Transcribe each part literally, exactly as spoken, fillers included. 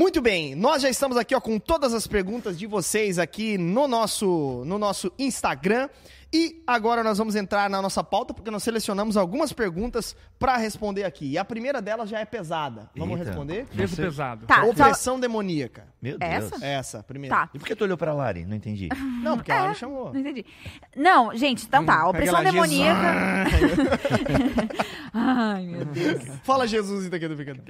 Muito bem, nós já estamos aqui ó, com todas as perguntas de vocês aqui no nosso, no nosso Instagram. E agora nós vamos entrar na nossa pauta, porque nós selecionamos algumas perguntas para responder aqui. E a primeira delas já é pesada. Vamos Eita. responder? Peso pesado. Tá, Opressão demoníaca. Meu Deus. Essa? Essa, primeira. Tá. E por que tu olhou pra Lari? Não entendi. Não, porque É, ela me chamou. Não entendi. Não, gente, então tá. A opressão Aquela demoníaca. Ai, meu Deus. Fala Jesus então aqui do Ficando.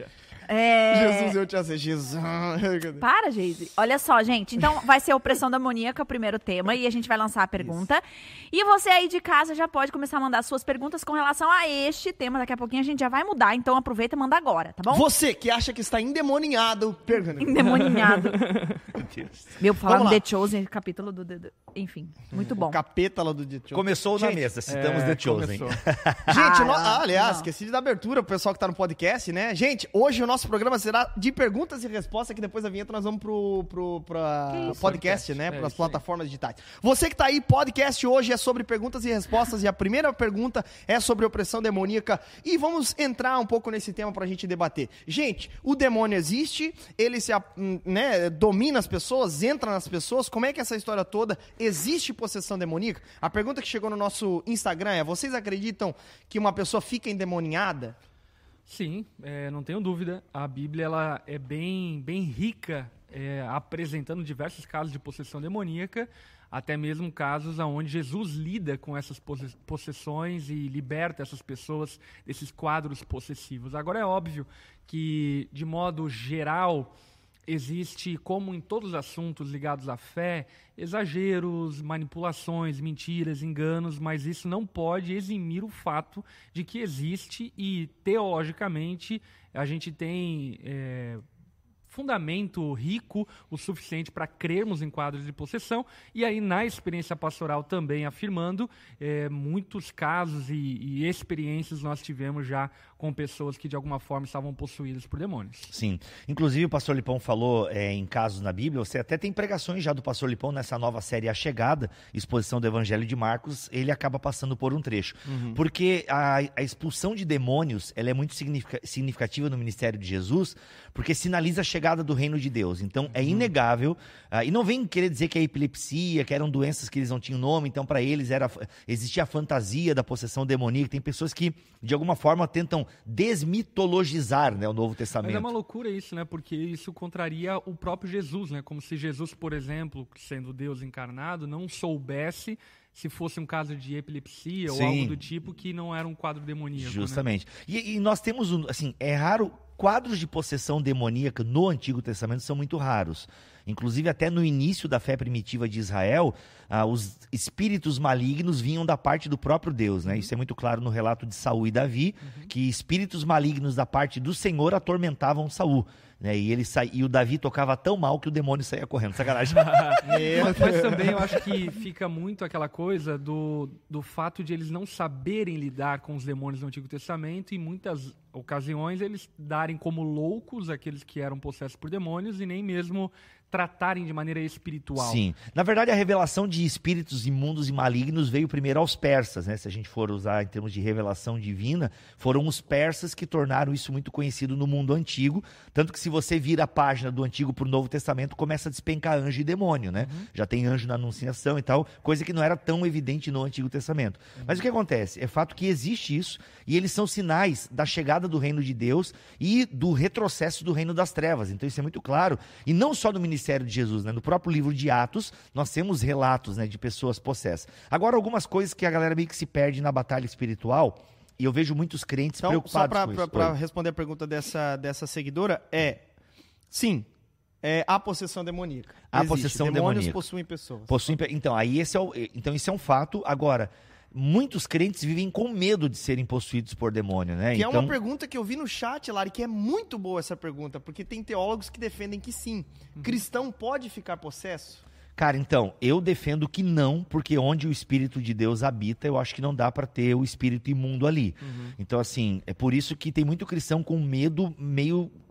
É... Jesus, eu te aceito. Jesus. Para, Geise. Olha só, gente. Então, vai ser opressão demoníaca o primeiro tema e a gente vai lançar a pergunta. Isso. E você aí de casa já pode começar a mandar suas perguntas com relação a este tema. Daqui a pouquinho a gente já vai mudar, então aproveita e manda agora, tá bom? Você que acha que está endemoniado, pergunta. Endemoninhado. Meu Deus. Meu, falar Vamos no lá. The Chosen, capítulo do... do, do enfim, muito bom. O capeta lá do The Chosen. Começou Gente, na mesa, citamos É, The Chosen. começou. Gente, no- Ah, ah, aliás, não. esqueci de dar abertura pro pessoal que tá no podcast, né? Gente, hoje o nosso programa será de perguntas e respostas, que depois da vinheta nós vamos pro, pro pra Que isso? podcast, né? É, Para as isso aí. plataformas digitais. Você que tá aí, podcast hoje é sobre perguntas e respostas, e a primeira pergunta é sobre opressão demoníaca, e vamos entrar um pouco nesse tema pra gente debater. Gente, o demônio existe, ele se, hum, né, domina as pessoas, entra nas pessoas, como é que é essa história toda? Existe possessão demoníaca? A pergunta que chegou no nosso Instagram é, vocês acreditam que uma pessoa fica endemoniada? Sim, é, não tenho dúvida. A Bíblia ela é bem, bem rica, é, apresentando diversos casos de possessão demoníaca, até mesmo casos onde Jesus lida com essas posse- possessões e liberta essas pessoas desses quadros possessivos. Agora é óbvio que, de modo geral, existe, como em todos os assuntos ligados à fé, exageros, manipulações, mentiras, enganos, mas isso não pode eximir o fato de que existe e, teologicamente, a gente tem é, fundamento rico o suficiente para crermos em quadros de possessão, e aí na experiência pastoral também afirmando, é, muitos casos e, e experiências nós tivemos já com pessoas que de alguma forma estavam possuídas por demônios. Sim. Inclusive o pastor Lipão falou é, em casos na Bíblia, você até tem pregações já do pastor Lipão nessa nova série A Chegada, exposição do Evangelho de Marcos, ele acaba passando por um trecho. Uhum. Porque a, a expulsão de demônios, ela é muito significa- significativa no ministério de Jesus, porque sinaliza a chegada do reino de Deus. Então é inegável, ah, e não vem querer dizer que é epilepsia, que eram doenças que eles não tinham nome, então para eles era, existia a fantasia da possessão demoníaca. Tem pessoas que de alguma forma tentam desmitologizar, né, o Novo Testamento. Mas é uma loucura isso, né? Porque isso contraria o próprio Jesus, né? Como se Jesus, por exemplo, sendo Deus encarnado, não soubesse se fosse um caso de epilepsia Sim. ou algo do tipo que não era um quadro demoníaco. Justamente. E, e nós temos, um, assim, é raro, quadros de possessão demoníaca no Antigo Testamento são muito raros. Inclusive, até no início da fé primitiva de Israel, ah, os espíritos malignos vinham da parte do próprio Deus, né? Uhum. Isso é muito claro no relato de Saul e Davi, uhum. que espíritos malignos da parte do Senhor atormentavam Saul. Né? E, ele sa... e o Davi tocava tão mal que o demônio saía correndo. Sacanagem. mas, mas também eu acho que fica muito aquela coisa do, do fato de eles não saberem lidar com os demônios do Antigo Testamento, e muitas ocasiões eles darem como loucos aqueles que eram possessos por demônios e nem mesmo tratarem de maneira espiritual. Sim. Na verdade, a revelação de espíritos imundos e malignos veio primeiro aos persas, né? Se a gente for usar em termos de revelação divina, foram os persas que tornaram isso muito conhecido no mundo antigo, tanto que se você vira a página do Antigo para o Novo Testamento, começa a despencar anjo e demônio, né? Uhum. Já tem anjo na Anunciação e tal, coisa que não era tão evidente no Antigo Testamento. Uhum. Mas o que acontece? É fato que existe isso, e eles são sinais da chegada do reino de Deus e do retrocesso do reino das trevas. Então isso é muito claro, e não só no ministério de Jesus, né? No próprio livro de Atos, nós temos relatos, né, de pessoas possessas. Agora, algumas coisas que a galera meio que se perde na batalha espiritual, e eu vejo muitos crentes então, preocupados só pra, com pra, isso. Para responder a pergunta dessa, dessa seguidora, é, sim, é a possessão demoníaca. A Existe. possessão Demônios demoníaca. possuem pessoas. Possuem, então, aí esse é o, então, isso é um fato. Agora, muitos crentes vivem com medo de serem possuídos por demônio, né? Que então... é uma pergunta que eu vi no chat, Lari, que é muito boa essa pergunta, porque tem teólogos que defendem que sim. Uhum. Cristão pode ficar possesso? Cara, então, eu defendo que não, porque onde o Espírito de Deus habita, eu acho que não dá para ter o espírito imundo ali. Uhum. Então, assim, é por isso que tem muito cristão com medo meio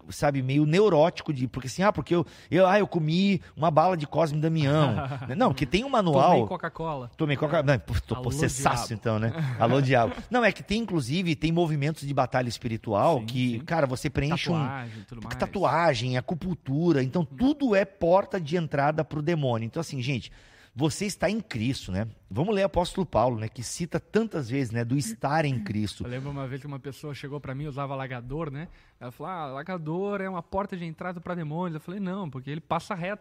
sabe, meio neurótico, de, porque assim, ah, porque eu, eu, ah, eu comi uma bala de Cosme e Damião. Não, porque tem um manual... Tomei Coca-Cola. Tomei Coca-Cola. Não, tô Alô, possessaço, diabo. então, né? Alô, diabo. Não, é que tem, inclusive, tem movimentos de batalha espiritual Sim, que, sim. cara, você preenche Tatuagem, um... tudo mais. Tatuagem, acupuntura. Então, tudo é porta de entrada pro demônio. Então, assim, gente... Você está em Cristo, né? Vamos ler o apóstolo Paulo, né? Que cita tantas vezes, né? Do estar em Cristo. Eu lembro uma vez que uma pessoa chegou pra mim e usava alagador, né? Ela falou, ah, alagador é uma porta de entrada pra demônios. Eu falei, não, porque ele passa reto.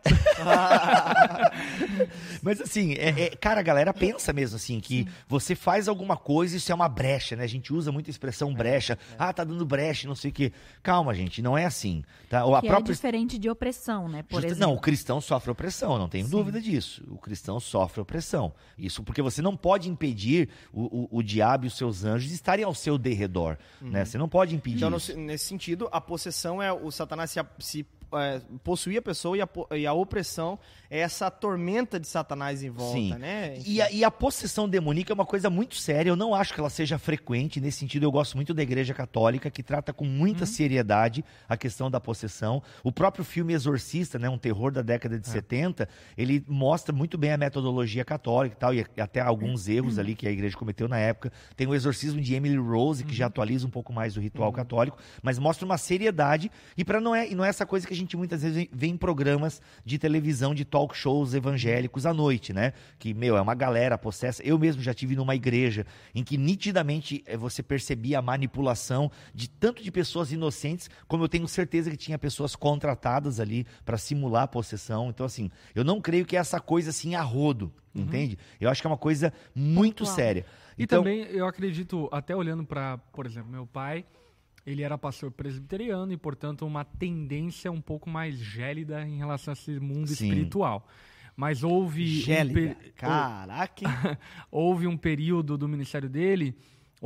Mas assim, é, é, cara, a galera pensa mesmo assim, que Sim. você faz alguma coisa e isso é uma brecha, né? A gente usa muito a expressão brecha. É, é. Ah, tá dando brecha, não sei o quê. Calma, gente, não é assim. Tá? Ou a que própria... é diferente de opressão, né? Por Justa... exemplo. Não, o cristão sofre opressão, não tenho Sim. dúvida disso. O cristão sofre opressão. Isso porque você não pode impedir o, o, o diabo e os seus anjos de estarem ao seu derredor, uhum. né? Você não pode impedir então, isso. No, nesse sentido, a possessão é o Satanás se, se é, possuir a pessoa e a, e a opressão é essa tormenta de Satanás em volta, Sim. né? E a, e a possessão demoníaca é uma coisa muito séria. Eu não acho que ela seja frequente. Nesse sentido, eu gosto muito da Igreja Católica, que trata com muita uhum. seriedade a questão da possessão. O próprio filme Exorcista, né, um terror da década de é. setenta, ele mostra muito bem a metodologia católica e tal, e até alguns erros ali que a Igreja cometeu na época. Tem o Exorcismo de Emily Rose, que uhum. já atualiza um pouco mais o ritual uhum. católico, mas mostra uma seriedade. E pra não, é, e não é essa coisa que a gente muitas vezes vê em programas de televisão, de talk shows evangélicos à noite, né? Que, meu, é uma galera possessa. Eu mesmo já tive numa igreja em que nitidamente você percebia a manipulação de tanto de pessoas inocentes, como eu tenho certeza que tinha pessoas contratadas ali para simular a possessão. Então, assim, eu não creio que é essa coisa assim a rodo, uhum. entende? Eu acho que é uma coisa muito Pontual. séria. E então... também, eu acredito, até olhando para, por exemplo, meu pai, ele era pastor presbiteriano e, portanto, uma tendência um pouco mais gélida em relação a esse mundo Sim. espiritual. Mas houve Gélida. um per... Caraca! houve um período do ministério dele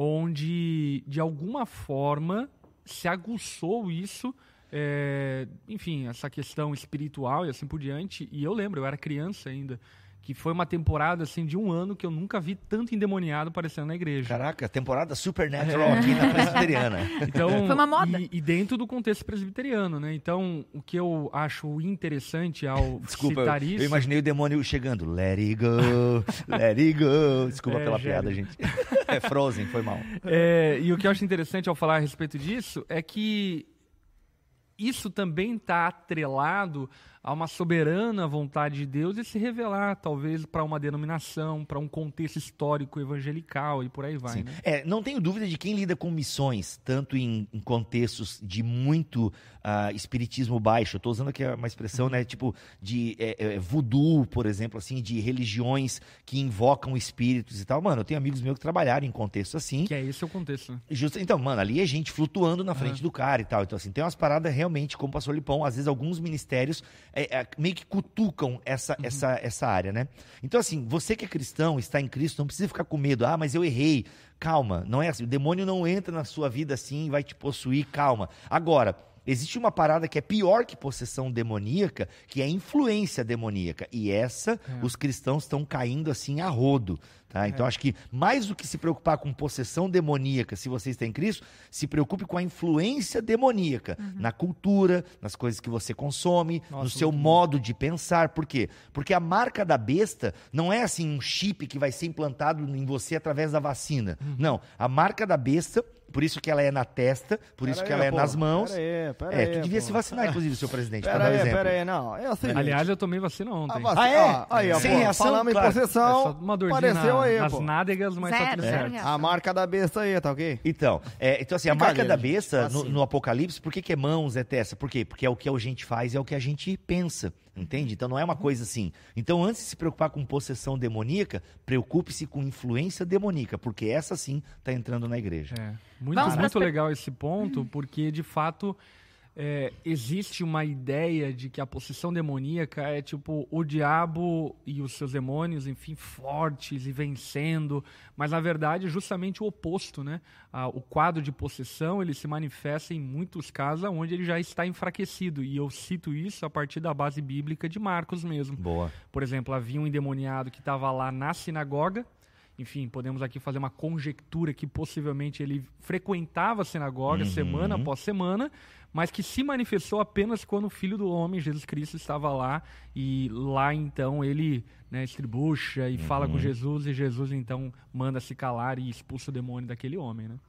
onde, de alguma forma, se aguçou isso, é... enfim, essa questão espiritual e assim por diante. E eu lembro, eu era criança ainda, que foi uma temporada assim, de um ano que eu nunca vi tanto endemoniado aparecendo na igreja. Caraca, temporada Supernatural é. aqui na presbiteriana. Então, foi uma moda. E, e dentro do contexto presbiteriano, né? Então, o que eu acho interessante ao Desculpa, citar eu, isso... eu imaginei o demônio chegando. Let it go, let it go. Desculpa é, pela Gélio. piada, gente. É Frozen, foi mal. É, e o que eu acho interessante ao falar a respeito disso é que isso também está atrelado a uma soberana vontade de Deus de se revelar, talvez, para uma denominação, para um contexto histórico evangelical e por aí vai. Né? É, não tenho dúvida de quem lida com missões, tanto em, em contextos de muito uh, espiritismo baixo. Eu estou usando aqui uma expressão, uhum. né, tipo de é, é, voodoo, por exemplo, assim, de religiões que invocam espíritos e tal. Mano, eu tenho amigos meus que trabalharam em contexto assim. Que é esse o contexto, né? Justo, então, mano, ali é gente flutuando na frente uhum. do cara e tal. Então, assim, tem umas paradas realmente, como o pastor Lipão, às vezes alguns ministérios É, é, meio que cutucam essa, uhum. essa, essa área, né? Então, assim, você que é cristão, está em Cristo, não precisa ficar com medo. Ah, mas eu errei. Calma, não é assim. O demônio não entra na sua vida assim e vai te possuir. Calma. Agora, existe uma parada que é pior que possessão demoníaca, que é influência demoníaca. E essa, é. os cristãos estão caindo assim a rodo. Tá? Então, é. acho que mais do que se preocupar com possessão demoníaca, se você está em Cristo, se preocupe com a influência demoníaca uhum. na cultura, nas coisas que você consome, Nossa, no seu modo de pensar. Por quê? Porque a marca da besta não é assim um chip que vai ser implantado em você através da vacina. Uhum. Não, a marca da besta... Por isso que ela é na testa, por pera isso que aí, ela é pô, nas mãos. Pera aí, pera é, aí, tu devia pô. se vacinar, inclusive, seu presidente, para Pera dar um aí, exemplo. pera aí, não. É o seguinte. Aliás, eu tomei vacina ontem. Vac... Ah, é? Ah, aí, ó, Sem pô, reação, falando claro. em possessão, É só uma dorzinha apareceu na, aí, nas pô. nádegas, mas Zero, tá tudo zero certo. reação. A marca da besta aí, tá ok? Então, é, então assim, a marca da besta assim. no, no Apocalipse, por que, que é mãos, é testa? Por quê? Porque é o que a gente faz, é o que a gente pensa. Entende? Então não é uma coisa assim. Então, antes de se preocupar com possessão demoníaca, preocupe-se com influência demoníaca, porque essa sim está entrando na igreja. É. Muito, Vamos muito pras... legal esse ponto, porque de fato é, existe uma ideia de que a possessão demoníaca é tipo o diabo e os seus demônios, enfim, fortes e vencendo, mas na verdade é justamente o oposto, né? Ah, o quadro de possessão ele se manifesta em muitos casos onde ele já está enfraquecido, e eu cito isso a partir da base bíblica de Marcos mesmo. Boa. Por exemplo, havia um endemoniado que estava lá na sinagoga enfim, podemos aqui fazer uma conjectura que possivelmente ele frequentava a sinagoga Uhum. semana após semana, mas que se manifestou apenas quando o Filho do Homem, Jesus Cristo, estava lá, e lá então ele, né, estribucha e Uhum. fala com Jesus, e Jesus então manda se calar e expulsa o demônio daquele homem, né?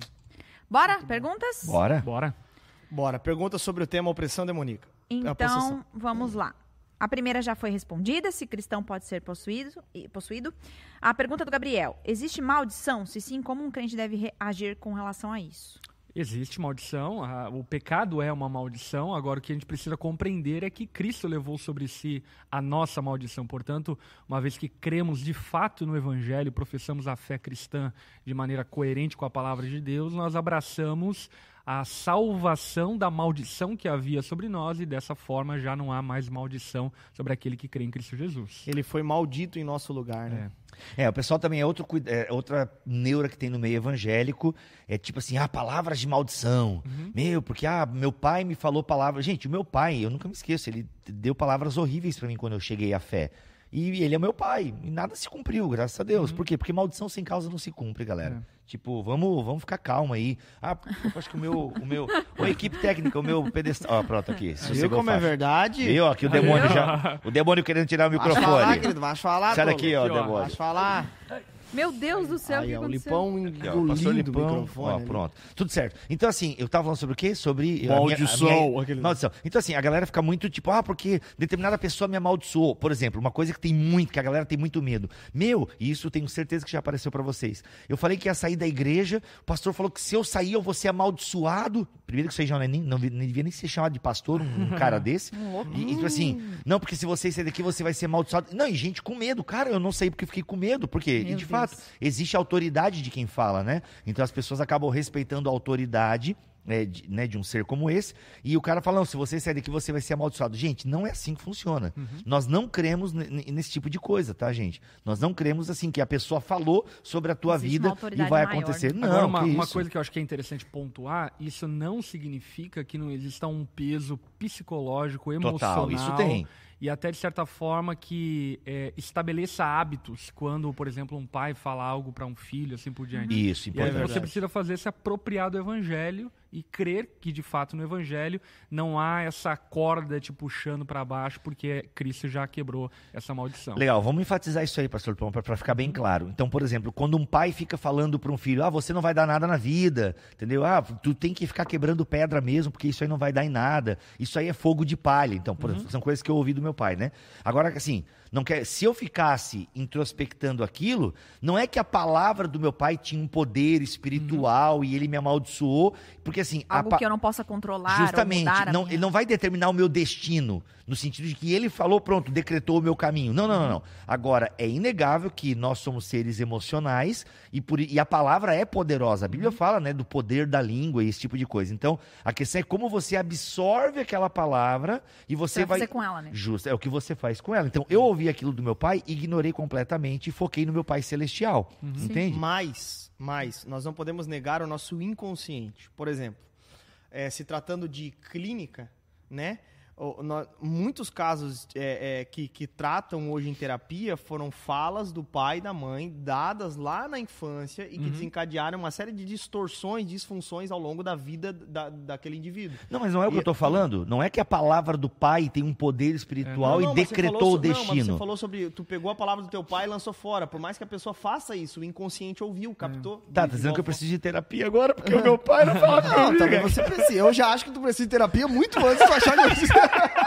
Bora? Perguntas? Bora. Bora. Bora, pergunta sobre o tema opressão demoníaca. A possessão. Então, vamos lá. A primeira já foi respondida, se cristão pode ser possuído. e- possuído. A pergunta do Gabriel. Existe maldição? Se sim, como um crente deve reagir com relação a isso? Existe maldição, a- o pecado é uma maldição, agora o que a gente precisa compreender é que Cristo levou sobre si a nossa maldição. Portanto, uma vez que cremos de fato no Evangelho, professamos a fé cristã de maneira coerente com a palavra de Deus, nós abraçamos a salvação da maldição que havia sobre nós e dessa forma já não há mais maldição sobre aquele que crê em Cristo Jesus. Ele foi maldito em nosso lugar, né? É, o pessoal também é, outro, cuida- é outra neura que tem no meio evangélico, é tipo assim, ah, palavras de maldição. Meu, porque, ah, meu pai me falou palavras. Gente, o meu pai, eu nunca me esqueço, ele deu palavras horríveis pra mim quando eu cheguei à fé. E ele é meu pai, e nada se cumpriu, graças a Deus. Por quê? Porque maldição sem causa não se cumpre, galera. Tipo, vamos, vamos ficar calma aí. Ah, eu acho que o meu, o meu, a equipe técnica, o meu pedestal, ó, pronto, aqui. Viu sossegou como é fácil. verdade? Viu? Aqui o demônio já, o demônio querendo tirar o Vai microfone. falar, querido, vai falar, Sai tolo. daqui, ó, Aqui, ó. demônio. Vai falar. Meu Deus do céu, o Aí, que ó, o aconteceu? Lipão Aqui, ó, pastor engolindo o Lipão, microfone. ó, ali. pronto. Tudo certo. Então, assim, eu tava falando sobre o quê? Sobre... a minha- a Maldição, minha- aquele- Maldição. Então, assim, a galera fica muito tipo, ah, porque determinada pessoa me amaldiçoou. Por exemplo, uma coisa que tem muito, que a galera tem muito medo. Meu, e isso eu tenho certeza que já apareceu pra vocês. Eu falei que ia sair da igreja, o pastor falou que se eu sair eu vou ser amaldiçoado. Primeiro que isso aí já não, é nem, não, nem devia nem ser chamado de pastor, um, um cara desse. E, e, tipo assim, não, porque se você sair daqui você vai ser amaldiçoado. Não, e gente com medo. Cara, eu não sei porque eu fiquei com medo. Porque, Meu e de Deus. fato, existe a autoridade de quem fala, né? Então as pessoas acabam respeitando a autoridade, né, de, né, de um ser como esse, e o cara fala, não, se você sair daqui você vai ser amaldiçoado. Gente, não é assim que funciona. Nós não cremos n- n- nesse tipo de coisa, tá, gente? Nós não cremos assim, que a pessoa falou sobre a tua Existe uma vida e autoridade vai maior, acontecer. né? Não, Agora, uma, que uma isso? coisa que eu acho que é interessante pontuar, isso não significa que não exista um peso psicológico, emocional. Total, isso tem. E até, de certa forma, que é, estabeleça hábitos quando, por exemplo, um pai fala algo para um filho, assim por diante. Isso, E aí importante. você precisa fazer se apropriar do evangelho e crer que, de fato, no evangelho não há essa corda te puxando para baixo, porque Cristo já quebrou essa maldição. Legal, vamos enfatizar isso aí, pastor Pão, para ficar bem claro. Então, por exemplo, quando um pai fica falando para um filho, ah, você não vai dar nada na vida, entendeu? Ah, tu tem que ficar quebrando pedra mesmo, porque isso aí não vai dar em nada. Isso aí é fogo de palha. Então, por exemplo, são coisas que eu ouvi do meu pai, né? Agora, assim, não quer, se eu ficasse introspectando aquilo, não é que a palavra do meu pai tinha um poder espiritual e ele me amaldiçoou, porque assim... a Algo pa- que eu não possa controlar Justamente, ou mudar a não, minha... ele não vai determinar o meu destino, no sentido de que ele falou, pronto, decretou o meu caminho. Não, não, não, não. Agora, é inegável que nós somos seres emocionais e, por, e a palavra é poderosa. A Bíblia fala, né, do poder da língua e esse tipo de coisa. Então, a questão é como você absorve aquela palavra e você Vai vai... fazer com ela, né? Justo, é o que você faz com ela. Então, eu ouvi aquilo do meu pai, ignorei completamente e foquei no meu pai celestial. Entende? Mas, mas, nós não podemos negar o nosso inconsciente. Por exemplo, eh, se tratando de clínica, né? o- nó- muitos casos é, é, que, que tratam hoje em terapia foram falas do pai e da mãe dadas lá na infância e que desencadearam uma série de distorções, disfunções ao longo da vida da, daquele indivíduo. Não, mas não é o que E- eu tô falando. Não é que a palavra do pai tem um poder espiritual Não, e mas você decretou falou o so- Não, mas destino. você falou sobre. Tu pegou a palavra do teu pai e lançou fora. Por mais que a pessoa faça isso, o inconsciente ouviu, captou. Tá, de- tá de dizendo que eu igual preciso de terapia agora, porque o meu pai não fala Não, comigo. também você precisa. Eu já acho que tu precisa de terapia muito antes de tu achar que eu preciso.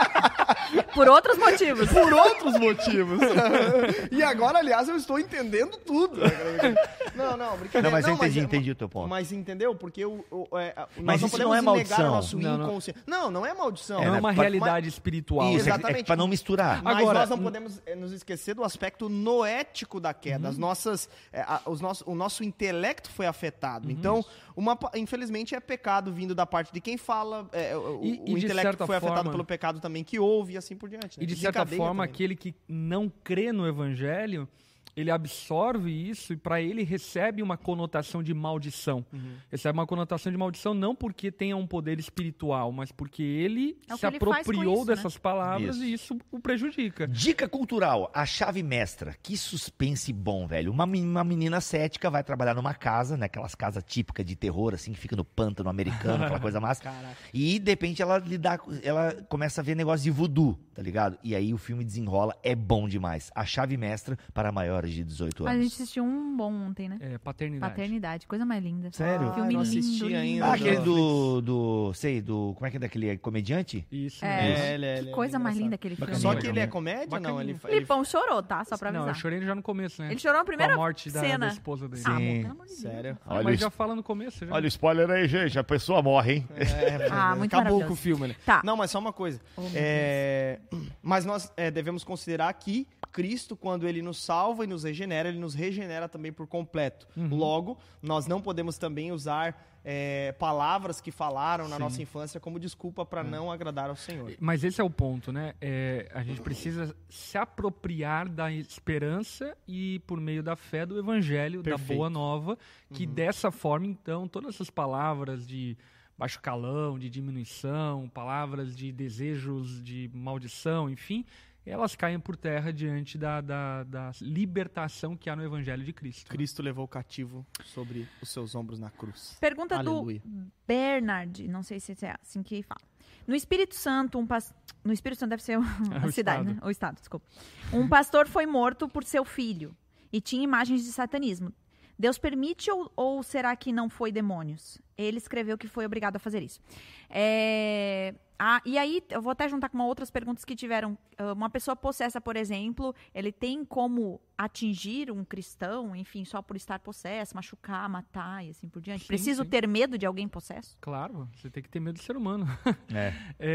Por outros motivos. Por outros motivos. E agora, aliás, eu estou entendendo tudo. Não, não, brincadeira. Não, mas eu Não, entendi, é- entendi o teu ponto. Mas entendeu? Porque o, o- é, nós Mas não isso podemos não é negar maldição. o nosso Não, não. inconsciente. Não, não é maldição. Não é né? uma Mas- realidade espiritual. Isso, é, Exatamente. é pra não misturar. Mas Agora, nós não podemos eh, nos esquecer do aspecto noético da queda. Uhum. As nossas, eh, a- os nosso, o nosso intelecto foi afetado. Uhum. Então, uma, pa- infelizmente, é pecado vindo da parte de quem fala. eh, o E- o e de intelecto certa foi afetado forma- pelo pecado também que houve e assim por diante. né? E de certa Desencadeia forma, também. aquele que não crê no evangelho, ele absorve isso e para ele recebe uma conotação de maldição. Uhum. Recebe uma conotação de maldição não porque tenha um poder espiritual, mas porque ele É o se que ele faz com apropriou isso, né? dessas palavras Isso. e isso o prejudica. Dica cultural, a chave mestra. Que suspense bom, velho. Uma, men- uma menina cética vai trabalhar numa casa, né? Aquelas casas típicas de terror, assim, que fica no pântano americano, aquela coisa massa. Caraca. E, de repente, ela, lidar, com- ela começa a ver negócio de voodoo, tá ligado? E aí o filme desenrola, é bom demais. A chave mestra para maiores de dezoito A anos. gente assistiu um bom ontem, né? É, paternidade. Paternidade, coisa mais linda. Sério? Ah, Filme não assisti lindo, lindo. ainda. Ah, aquele Não. do, do, sei, do, como é que é daquele comediante? Isso. É, mesmo. ele é- que ele é coisa mais engraçado. linda aquele filme. Só Bacaninha. que ele é comédia? Bacaninha. Não, ele, O ele Lipão chorou, tá? Só pra Não, avisar. eu chorei já no começo, né? Ele chorou na primeira Com a morte da, cena. da esposa dele. Ah, amor, Sim. pelo amor de Deus. Sério? Ah, Olha mas isso. já fala no começo. Já. Olha o spoiler aí, gente. A pessoa morre, hein? É, Ah, muito acabou maravilhoso. com o filme, né? Tá. Não, mas só uma coisa. Oh, meu É, mas nós é, devemos considerar que Cristo, quando ele nos salva e nos regenera, ele nos regenera também por completo. Uhum. Logo, nós não podemos também usar é, palavras que falaram na Sim. nossa infância como desculpa para não agradar ao Senhor. Mas esse é o ponto, né? É, a gente precisa se apropriar da esperança e, por meio da fé, do evangelho, Perfeito. da boa nova, que dessa forma, então, todas essas palavras de baixo calão, de diminuição, palavras de desejos de maldição, enfim, elas caem por terra diante da, da, da libertação que há no evangelho de Cristo. Cristo levou o cativo sobre os seus ombros na cruz. Pergunta Aleluia. do Bernard, não sei se é assim que fala. No Espírito Santo, um pas... no Espírito Santo deve ser o- a o cidade, estado. né? O estado, desculpa. Um pastor foi morto por seu filho e tinha imagens de satanismo. Deus permite ou, ou será que não foi demônios? Ele escreveu que foi obrigado a fazer isso. É... Ah, e aí, eu vou até juntar com uma outras perguntas que tiveram. Uh, Uma pessoa possessa, por exemplo, ele tem como atingir um cristão, enfim, só por estar possesso, machucar, matar e assim por diante? Sim, Preciso sim. ter medo de alguém possesso? Claro, você tem que ter medo do ser humano. É.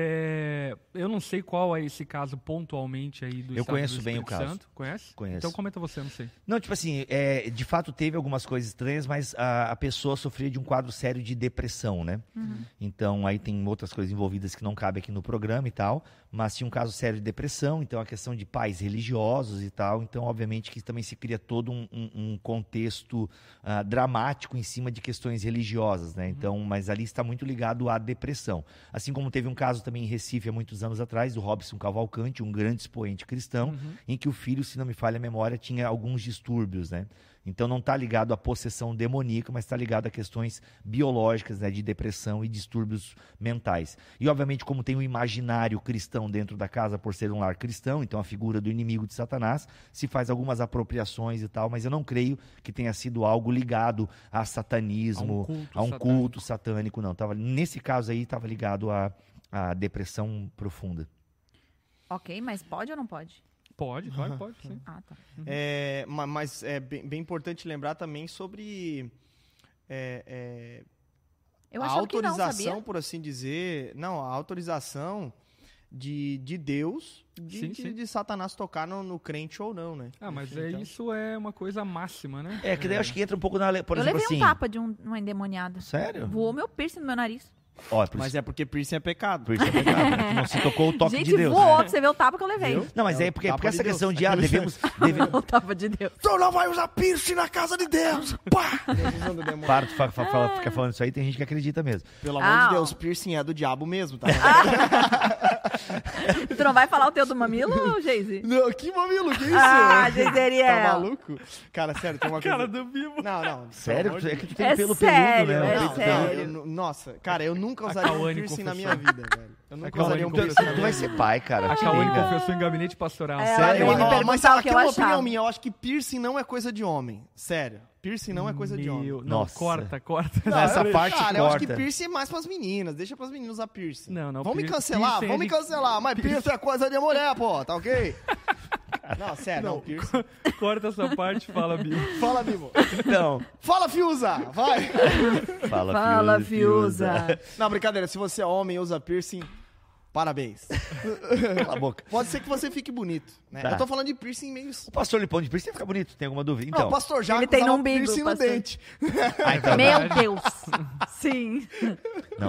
É, eu não sei qual é esse caso pontualmente aí do Eu estado conheço do bem o Espírito caso. Santo. Conhece? Conheço. Então comenta você, eu não sei. Não, tipo assim, é, de fato teve algumas coisas estranhas, mas a, a pessoa sofria de um quadro sério de depressão, né? Então aí tem outras coisas envolvidas que não cabem aqui no programa e tal, mas tinha um caso sério de depressão, então a questão de pais religiosos e tal, então obviamente que também se cria todo um, um- um contexto ah, dramático em cima de questões religiosas, né? Então, mas ali está muito ligado à depressão. Assim como teve um caso também em Recife há muitos anos atrás, do Robson Cavalcante, um grande expoente cristão, em que o filho, se não me falha a memória, tinha alguns distúrbios, né? Então não está ligado à possessão demoníaca, mas está ligado a questões biológicas, né, de depressão e distúrbios mentais. E obviamente como tem o imaginário cristão dentro da casa por ser um lar cristão, então a figura do inimigo de Satanás, se faz algumas apropriações e tal, mas eu não creio que tenha sido algo ligado a satanismo, A um culto a um satânico. culto satânico, não. Tava, nesse caso aí estava ligado à, à depressão profunda. Ok, mas pode ou não pode? Pode, claro, pode, sim. Ah, tá. É, ma- mas é bem, bem importante lembrar também sobre é, é, Eu a achava que não, autorização, sabia? por assim dizer, não, a autorização de, de Deus de, Sim, de- sim. de Satanás tocar no, no crente ou não, né? Ah, mas Enfim, é, então- isso é uma coisa máxima, né? É, que daí eu acho que entra um pouco na... le- Por Eu exemplo levei assim... um tapa de um, uma endemoniada. Sério? Voou meu piercing no meu nariz. Ó, é por Mas isso, é porque piercing é pecado. por isso é pecado, né? Que não se tocou o toque Gente, de Deus. voou pra você ver o tapa que eu levei. Viu? Não, mas É é o porque, tapa porque de essa Deus. questão de, ah, devemos... deve- O tapa de Deus. Tu não vai usar piercing na casa de Deus! Pá! Deus usando o demônio. Para de fa- fa- fa- ficar falando isso aí, tem gente que acredita mesmo. Pelo amor Ah, de Deus, ó. piercing é do diabo mesmo, tá? Tu não vai falar o teu do mamilo, Geise? Não, que mamilo, que isso? Ah, Geiseriel. Tá maluco? Cara, sério, tem uma coisa... Cara do vivo. Não, não. Sério? pelo amor de É que tu tem É pelo sério, peludo, né? é O Não, peito não, peludo. eu nu- nossa, cara, eu nunca usaria um Cauane piercing na confessou. minha vida, velho. Eu nunca Cauane usaria um confessou. piercing na Tu minha vai vida. ser pai, cara. A te Cauane liga. confessou em gabinete pastoral. É, Sério? ela veio me Ó, perguntar mas o que aqui eu é uma achava. opinião minha, eu acho que piercing não é coisa de homem. Sério. Piercing não é coisa de homem. Meu- Não, Nossa. corta, corta. Não, essa eu- parte cara, eu acho que corta. piercing é mais pras meninas. Deixa pras meninas usar piercing. Não, não, Vão me pier- cancelar? piercing Vão é me de- cancelar. Mas piercing é coisa de mulher, pô. Tá ok? Não, sério, não, piercing. Corta essa parte e fala, Bill. Fala, Bimo. Então, Fala, Fiuza. Vai. fala, Fala, Fiuza. Fiuza. Não, brincadeira. Se você é homem e usa piercing, parabéns. Cala a boca. Pode ser que você fique bonito, né? Tá. Eu tô falando de piercing meio... O pastor Lipão de piercing fica bonito, tem alguma dúvida? Não, Então, o pastor Jacques Ele tem usava no umbigo, piercing no pastor. dente. ah, então Meu Deus. Sim. não.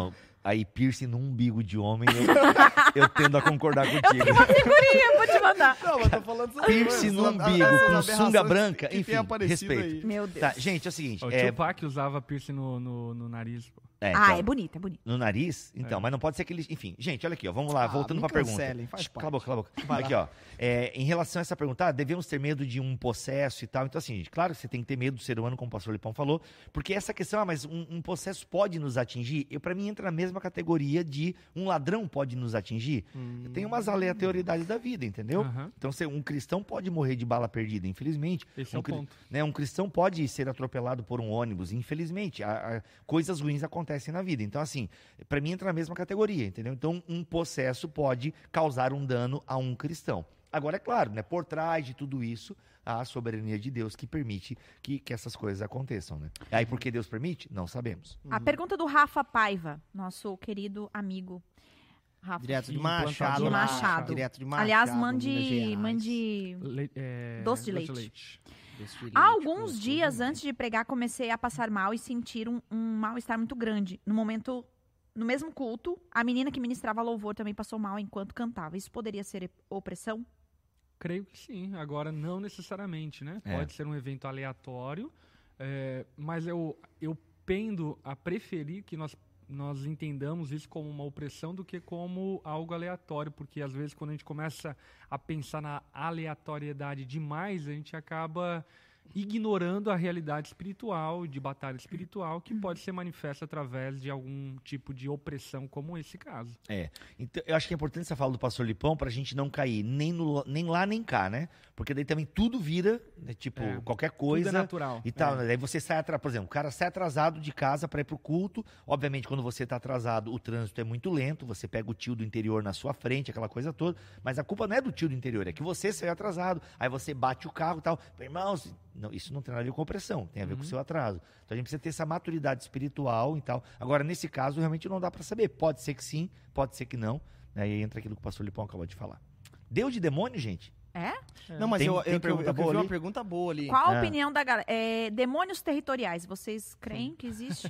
Aí piercing no umbigo de homem, eu, eu tendo a concordar contigo. Uma figurinha, vou te mandar. Não, mas tô falando sobre Piercing no umbigo, com sunga branca, enfim, respeito. Meu Deus. Tá, gente, é o seguinte. O é, Tupac usava piercing no, no, no nariz. Pô. é, Ah, então, é bonito, é bonito. no nariz? Então, É. mas não pode ser aquele... Enfim, gente, olha aqui, ó, vamos lá, Ah, voltando me pra pergunta. cancelem, faz Shh, Cala a parte. boca, cala a boca. Vai Aqui, ó, é, em relação a essa pergunta, ah, devemos ter medo de um possesso e tal. Então, assim, gente, claro que você tem que ter medo do ser humano, como o pastor Lipão falou, porque essa questão, ah, mas um, um possesso pode nos atingir? Eu, pra mim, entra na mesma categoria de um ladrão pode nos atingir? Hum. Tem umas aleatoriedades da vida, entendeu? Aham. Então, se um cristão pode morrer de bala perdida, infelizmente. Esse um, é o cri- ponto. né, um cristão pode ser atropelado por um ônibus, infelizmente. A- a- coisas ruins acontecem na vida. Então, assim, pra mim entra na mesma categoria, entendeu? Então, um possesso pode causar um dano a um cristão. Agora, é claro, né, por trás de tudo isso, há a soberania de Deus que permite que, que essas coisas aconteçam, né? Aí, por que Deus permite? Não sabemos. A pergunta do Rafa Paiva, nosso querido amigo Rafa. Direto de Implantador. Machado. De lá. Machado. Direto de Machado. Aliás, Minas mande, Gerais. mande Le- é, Doce de leite. Doce de leite, Há alguns gostoso dias demais. antes de pregar, comecei a passar mal e sentir um, um mal-estar muito grande. No momento, no mesmo culto, a menina que ministrava louvor também passou mal enquanto cantava. Isso poderia ser opressão? Creio que sim. Agora, não necessariamente, né? É. Pode ser um evento aleatório, é, mas eu, eu pendo a preferir que nós, nós entendamos isso como uma opressão do que como algo aleatório, porque às vezes quando a gente começa a pensar na aleatoriedade demais, a gente acaba ignorando a realidade espiritual, de batalha espiritual, que pode ser manifesta através de algum tipo de opressão, como esse caso. É, então eu acho que é importante essa fala do pastor Lipão pra gente não cair nem, no, nem lá nem cá, né? Porque daí também tudo vira, né, tipo, É, qualquer Tudo coisa é natural. e tal. É. né? Daí você sai atrasado, por exemplo, o cara sai atrasado de casa pra ir pro culto. Obviamente, quando você tá atrasado, o trânsito é muito lento, você pega o tio do interior na sua frente, aquela coisa toda. Mas a culpa não é do tio do interior, é que você saiu atrasado. Aí você bate o carro e tal. Irmãos, não, isso não tem nada a ver com opressão, tem a ver Uhum. com o seu atraso. Então a gente precisa ter essa maturidade espiritual e tal. Agora, nesse caso, realmente não dá pra saber. Pode ser que sim, pode ser que não. Aí entra aquilo que o pastor Lipão acabou de falar. Deu de demônio, gente? É? Não, mas Tem- eu, tem eu, pergunta eu, eu boa vi uma ali? pergunta boa ali. Qual a É. opinião da galera? É, demônios territoriais, vocês creem que existe?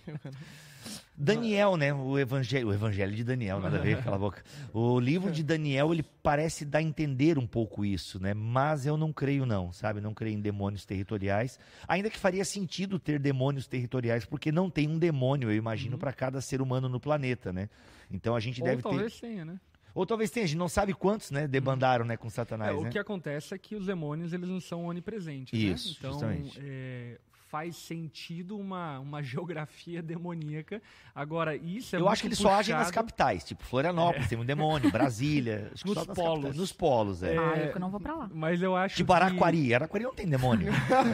Daniel, né? O evangelho, o evangelho de Daniel, nada a ver, cala a boca. O livro de Daniel, ele parece dar a entender um pouco isso, né? Mas eu não creio não, sabe? Não creio em demônios territoriais. Ainda que faria sentido ter demônios territoriais, porque não tem um demônio, eu imagino, Uhum. para cada ser humano no planeta, né? Então a gente Ou deve talvez ter... tenha, né? Ou talvez tenha, a gente não sabe quantos, né? Debandaram, né? Com É, Satanás, o né? que acontece é que os demônios eles não são onipresentes. Isso, né? Então, justamente. é, faz sentido uma, uma geografia demoníaca. Agora, isso é Eu muito acho que eles só agem nas puxado- capitais, tipo Florianópolis, tem um demônio, Brasília, acho que Nos só nas polos. capitais. Nos polos, é. É, Ah, eu que não vou pra lá. Mas eu acho Tipo que Araquari, Araquari não tem demônio.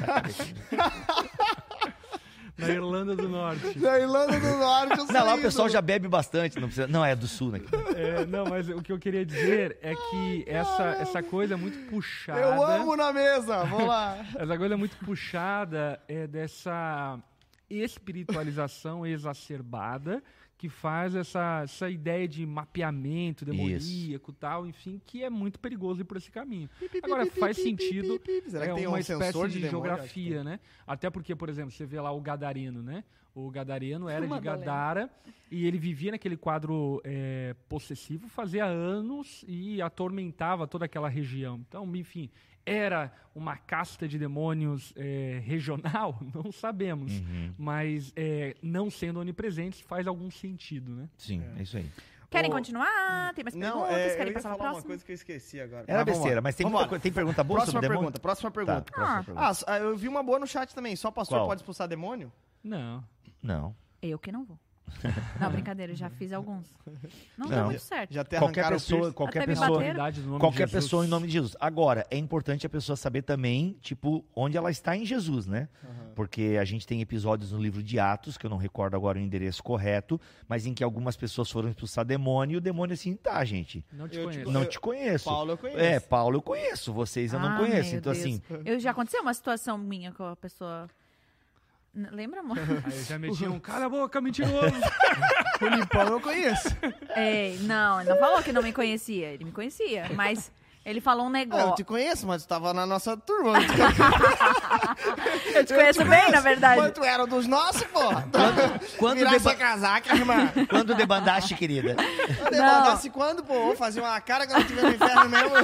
na Irlanda do Norte. Na Irlanda do Norte, eu Não, lá o sei pessoal isso. já bebe bastante, não precisa. Não, é do sul, né? É, não, mas o que eu queria dizer é que essa, essa coisa é muito puxada. Eu amo na mesa, vamos lá. Essa coisa muito puxada é dessa espiritualização exacerbada que faz essa, essa ideia de mapeamento demoníaco e tal, enfim, que é muito perigoso ir por esse caminho. Agora, faz sentido, Será é que tem uma um espécie sensor de, de demônio? geografia, né? Até porque, por exemplo, você vê lá o Gadareno, né? O Gadareno era de Madalena. Gadara e ele vivia naquele quadro é, possessivo fazia anos e atormentava toda aquela região. Então, enfim, era uma casta de demônios é, regional? Não sabemos. Uhum. Mas é, não sendo onipresentes faz algum sentido, né? Sim, é, isso aí. Querem Ô, continuar? Tem mais Não, perguntas? é, eu Querem ia passar falar para a uma próxima? coisa que eu esqueci agora. Era Mas vamos besteira, lá. mas tem, Vamos muita lá. coisa, tem pergunta boa Próxima sobre demônio? pergunta, próxima Tá, pergunta. próxima Ah. pergunta. Ah, eu vi uma boa no chat também. Só pastor Qual? pode expulsar demônio? Não. Não. Eu que não vou. Não, brincadeira, eu já fiz alguns. Não, Não. deu muito certo. Já até Qualquer arrancaram o pessoa, piercing? qualquer Até me pessoa, bateram. Autoridade no nome qualquer de Jesus. pessoa em nome de Jesus. Agora, é importante a pessoa saber também, tipo, onde ela está em Jesus, né? Porque a gente tem episódios no livro de Atos, que eu não recordo agora o endereço correto, mas em que algumas pessoas foram expulsar demônio e o demônio assim, tá, gente, Não te Eu te conheço. conheço. não Eu- te conheço. Paulo eu conheço. É, Paulo eu conheço, vocês eu não Ah, conheço. meu Então, Deus. assim, Eu já aconteceu uma situação minha com a pessoa. N- Lembra, amor? Aí eu já meti um, cala a boca, mentiroso. O Lipão eu conheço. É, não, ele não falou que não me conhecia. Ele me conhecia, mas Ele falou um Ah, negócio. eu te conheço, mas tu tava na nossa turma. Eu te conheço bem, na verdade. Mas tu era dos nossos, pô. Quando, quando, Virar essa deba... casaca, irmã. quando debandaste, querida? Eu demandasse quando, pô? Vou fazer uma cara que eu não tiver no inferno mesmo.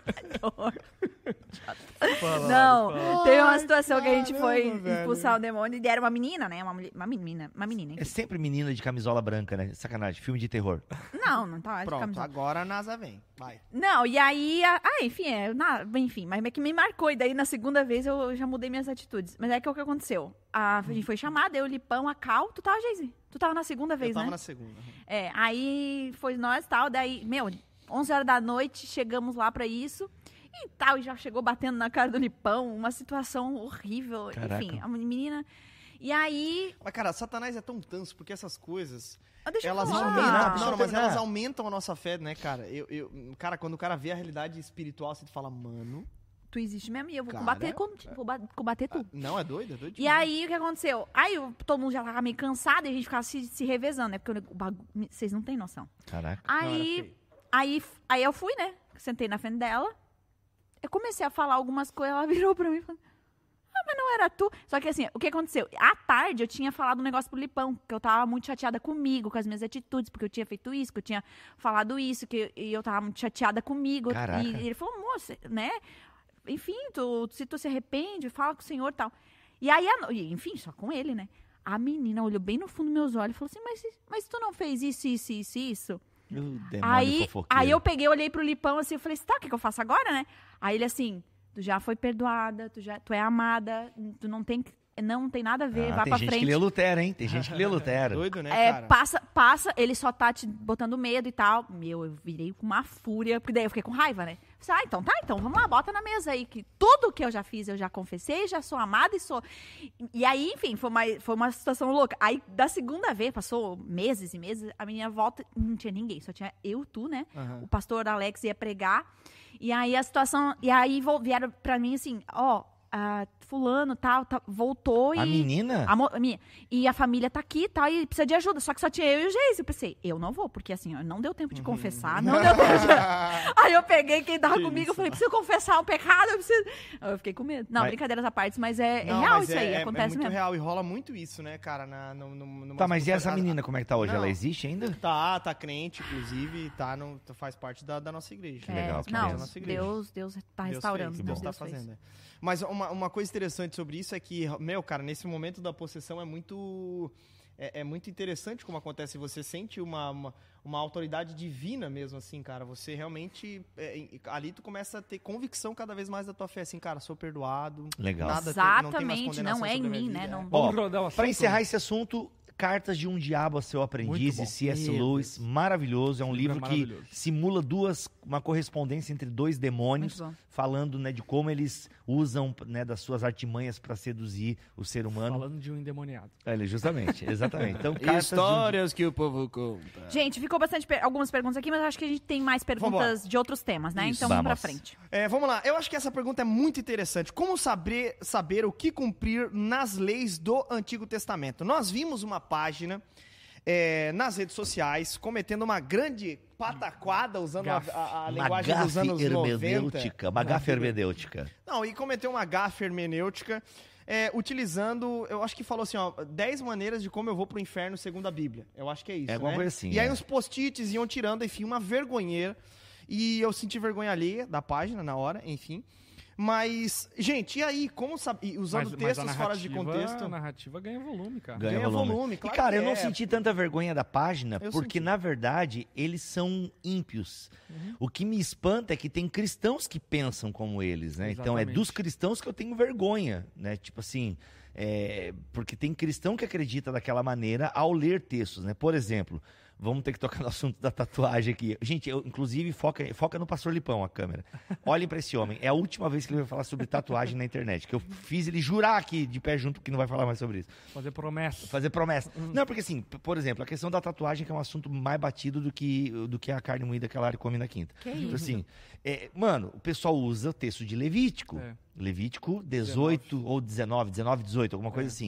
Não, teve uma Ai, situação que a gente foi caramba, velho. expulsar o demônio e era uma menina, né? Uma, mulher- uma menina, uma menina. É enfim. sempre menina de camisola branca, né? Sacanagem, filme de terror. Não, não tá. Pronto, camisola. agora a NASA vem. Vai. Não, e aí, a- ah, enfim, é, na- enfim, mas é que me marcou. E daí, na segunda vez, eu já mudei minhas atitudes. Mas é que o que aconteceu? A, a gente foi chamada, eu, o Lipão, a Cal. Tu tava, Geise? Tu tava na segunda vez, Eu tava né? na segunda. É, aí foi nós e tal. Daí, meu, onze horas da noite, chegamos lá pra isso. E tal, e já chegou batendo na cara do Lipão. Uma situação horrível. Caraca. Enfim, a menina... E aí... Mas, cara, Satanás é tão tanso, porque essas coisas, Ah, deixa eu elas falar. aumentam, Ah, não, deixa eu não, mas terminar. elas aumentam a nossa fé, né, cara? Eu, eu, cara, quando o cara vê a realidade espiritual, você fala, mano, Tu existe mesmo e eu vou Cara, combater, com, vou ba- combater tu. não, é doido, é doido E demais. aí, o que aconteceu? Aí, eu- todo mundo já tava meio cansado e a gente ficava se, se revezando, né? Porque o bagu... vocês não têm noção. Caraca. Não, era Aí, feio. aí, aí eu fui, né? Sentei na frente dela. Eu comecei a falar algumas coisas, ela virou pra mim e falou, ah, mas não era tu. Só que assim, o que aconteceu? À tarde eu tinha falado um negócio pro Lipão, que eu tava muito chateada comigo, com as minhas atitudes, porque eu tinha feito isso, que eu tinha falado isso, que e eu tava muito chateada comigo. Caraca. E ele falou, moça, né? Enfim, tu, se tu se arrepende, fala com o senhor e tal. E aí, a no- e, enfim, só com ele, né? A menina olhou bem no fundo dos meus olhos e falou assim, mas, mas tu não fez isso, isso, isso, isso? O demônio Aí, fofoqueiro. aí eu peguei, olhei pro Lipão assim, eu falei, tá, o que, que eu faço agora, né? Aí ele assim, tu já foi perdoada, tu, já, tu é amada, tu não tem, não tem nada a ver, Ah, vai tem pra gente frente. que lê Lutero, hein? Tem gente que lê Lutero. Doido, né, É, cara? passa, passa, ele só tá te botando medo e tal. Meu, eu virei com uma fúria, porque daí eu fiquei com raiva, né? Falei, ah, então tá, então vamos lá, bota na mesa aí, que tudo que eu já fiz, eu já confessei, já sou amada e sou... E aí, enfim, foi uma, foi uma situação louca. Aí, da segunda vez, passou meses e meses, a minha volta, não tinha ninguém, só tinha eu, tu, né? Aham. O pastor Alex ia pregar, e aí a situação, e aí vo- vieram pra mim assim, ó, ah, fulano, tal, tal, voltou e... A menina? A, mo- a minha. E a família tá aqui, tá, e precisa de ajuda. Só que só tinha eu e o Geise. Eu pensei, eu não vou, porque assim, ó, não deu tempo de confessar, não deu tempo de... Aí eu peguei quem tava Que comigo, isso, eu falei, preciso confessar um pecado, eu preciso... Aí eu fiquei com medo. Não, Mas- brincadeiras à parte, mas é, é Não, real mas isso aí, é, acontece é muito mesmo. real e rola muito isso, né, cara? Na, no, no, numas Tá, mas e essa pessoas- menina, como é que tá hoje? Não. Ela existe ainda? Tá, tá crente, inclusive, tá no, faz parte da, da nossa igreja. Que legal, que É, não, beleza. Nossa igreja. Deus, Deus tá Deus restaurando. fez, Deus, Deus tá Deus fez. fazendo. é. Mas uma, uma coisa interessante sobre isso é que, meu, cara, nesse momento da possessão é muito... É, é muito interessante como acontece. Você sente uma, uma, uma autoridade divina mesmo, assim, cara. Você realmente... é, em- ali tu começa a ter convicção cada vez mais da tua fé. Assim, cara, sou perdoado. Legal. Nada tem- não tem mais Exatamente, condenação não é em sobre a minha mim, vida, né? é. Não... Ó, Vamos rodar o assunto? Pra encerrar esse assunto, Cartas de um Diabo a Seu Aprendiz, Muito bom. de C S. Meu Lewis, Deus. maravilhoso. É um Esse livro livro é que maravilhoso. simula duas, uma correspondência entre dois demônios, Muito bom. falando, né, de como eles usam, né, das suas artimanhas para seduzir o ser humano. Falando de um endemoniado. É, justamente, exatamente. Então, Cartas de um Histórias que o povo conta. Gente, ficou bastante per- algumas perguntas aqui, mas eu acho que a gente tem mais perguntas Vambora. de outros temas, né? Isso. Então vamos pra Vamos. frente. É, vamos lá. Eu acho que essa pergunta é muito interessante. Como saber, saber o que cumprir nas leis do Antigo Testamento? Nós vimos uma página é, nas redes sociais cometendo uma grande pataquada usando a, Gafe. a- a uma linguagem dos gafe anos noventa. hermenêutica. Uma gafe hermenêutica. Não, e cometeu uma gafe hermenêutica é, utilizando, eu acho que falou assim, ó, dez maneiras de como eu vou pro inferno segundo a Bíblia. Eu acho que é isso, É alguma né? coisa assim, E aí é. os post-its iam tirando, enfim, uma vergonheira. E eu senti vergonha alheia da página na hora, enfim. Mas, gente, e aí, como sabe, usando Mas- mas textos a fora de narrativa- contexto? A narrativa ganha volume, cara. Ganha, Ganha volume. volume, claro e, cara, que eu não é. senti tanta vergonha da página, Eu porque, senti. na verdade, eles são ímpios. Uhum. O que me espanta é que tem cristãos que pensam como eles, né? Então, é Exatamente. dos cristãos que eu tenho vergonha, né? Tipo assim, é, porque tem cristão que acredita daquela maneira ao ler textos, né? Por exemplo, vamos ter que tocar no assunto da tatuagem aqui. Gente, eu, inclusive, foca, foca no Pastor Lipão, a câmera. Olhem pra esse homem. É a última vez que ele vai falar sobre tatuagem na internet, que eu fiz ele jurar aqui de pé junto que não vai falar mais sobre isso. Fazer promessa. Fazer promessa. Não, porque assim, p- por exemplo, a questão da tatuagem que é um assunto mais batido do que, do que a carne moída que a Lari come na quinta. Que Tipo isso? assim, é, mano, o pessoal usa o texto de Levítico. É. Levítico dezoito ou dezenove, dezenove, dezoito, alguma coisa É. assim.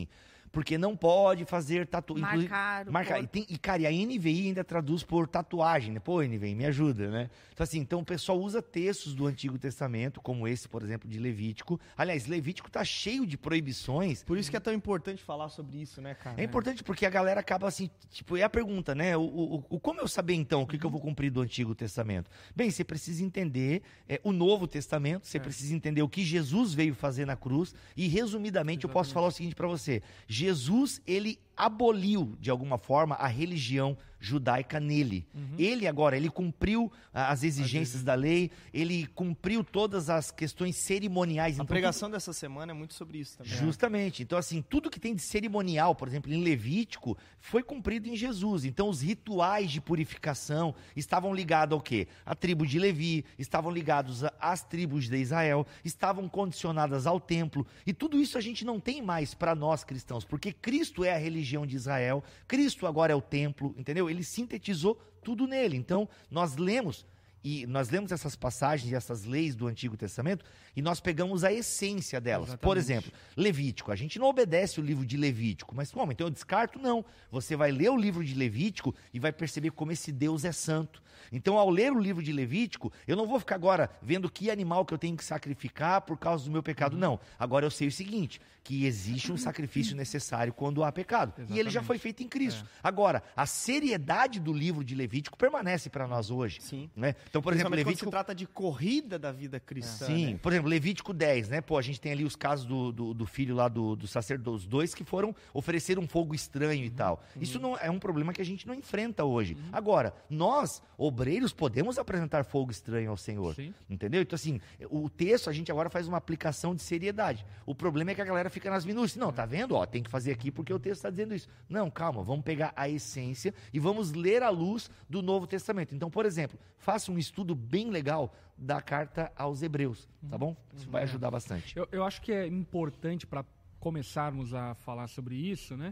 porque não pode fazer tatuagem. Marcar o Marcar. E, tem, e, cara, e a N V I ainda traduz por tatuagem, né? Pô, N V I, me ajuda, né? Então, assim, então o pessoal usa textos do Antigo Testamento, como esse, por exemplo, de Levítico. Aliás, Levítico tá cheio de proibições. Por isso que é tão importante falar sobre isso, né, cara? É importante porque a galera acaba assim, tipo, é a pergunta, né? O, o, o, como eu saber, então, o que, que eu vou cumprir do Antigo Testamento? Bem, você precisa entender é, o Novo Testamento, você é. precisa entender o que Jesus veio fazer na cruz e, resumidamente, Exatamente. eu posso falar o seguinte para você. Jesus, ele aboliu, de alguma forma, a religião judaica nele. Uhum. Ele agora, ele cumpriu as exigências da lei, ele cumpriu todas as questões cerimoniais. A então, pregação tudo... dessa semana é muito sobre isso também. Justamente. Então, assim, tudo que tem de cerimonial, por exemplo, em Levítico, foi cumprido em Jesus. Então, os rituais de purificação estavam ligados ao quê? A tribo de Levi, estavam ligados às tribos de Israel, estavam condicionadas ao templo. E tudo isso a gente não tem mais para nós cristãos, porque Cristo é a religião de Israel, Cristo agora é o templo, entendeu? Ele sintetizou tudo nele. Então, nós lemos, e nós lemos essas passagens e essas leis do Antigo Testamento, e nós pegamos a essência delas. Exatamente. Por exemplo, Levítico. A gente não obedece o livro de Levítico, mas como? Então eu descarto? Não. Você vai ler o livro de Levítico e vai perceber como esse Deus é santo. Então, ao ler o livro de Levítico, eu não vou ficar agora vendo que animal que eu tenho que sacrificar por causa do meu pecado. Uhum. Não. Agora eu sei o seguinte, que existe um sacrifício necessário quando há pecado. Exatamente. E ele já foi feito em Cristo. É. Agora, a seriedade do livro de Levítico permanece para nós hoje. Sim. Né? Então, por exemplo, Levítico... quando se trata de corrida da vida cristã. Sim. Né? Por exemplo, Levítico dez, né? Pô, a gente tem ali os casos do, do, do filho lá do, do sacerdote, os dois que foram oferecer um fogo estranho uhum. e tal. Uhum. Isso não é um problema que a gente não enfrenta hoje. Uhum. Agora, nós, obreiros, podemos apresentar fogo estranho ao Senhor. Sim. Entendeu? Então, assim, o texto, a gente agora faz uma aplicação de seriedade. O problema é que a galera fica nas minúcias. Não, tá vendo? Ó, tem que fazer aqui porque o texto está dizendo isso. Não, calma, vamos pegar a essência e vamos ler à luz do Novo Testamento. Então, por exemplo, faça um estudo bem legal da carta aos Hebreus, tá bom? Isso uhum. vai ajudar bastante. Eu, eu acho que é importante, para começarmos a falar sobre isso, né?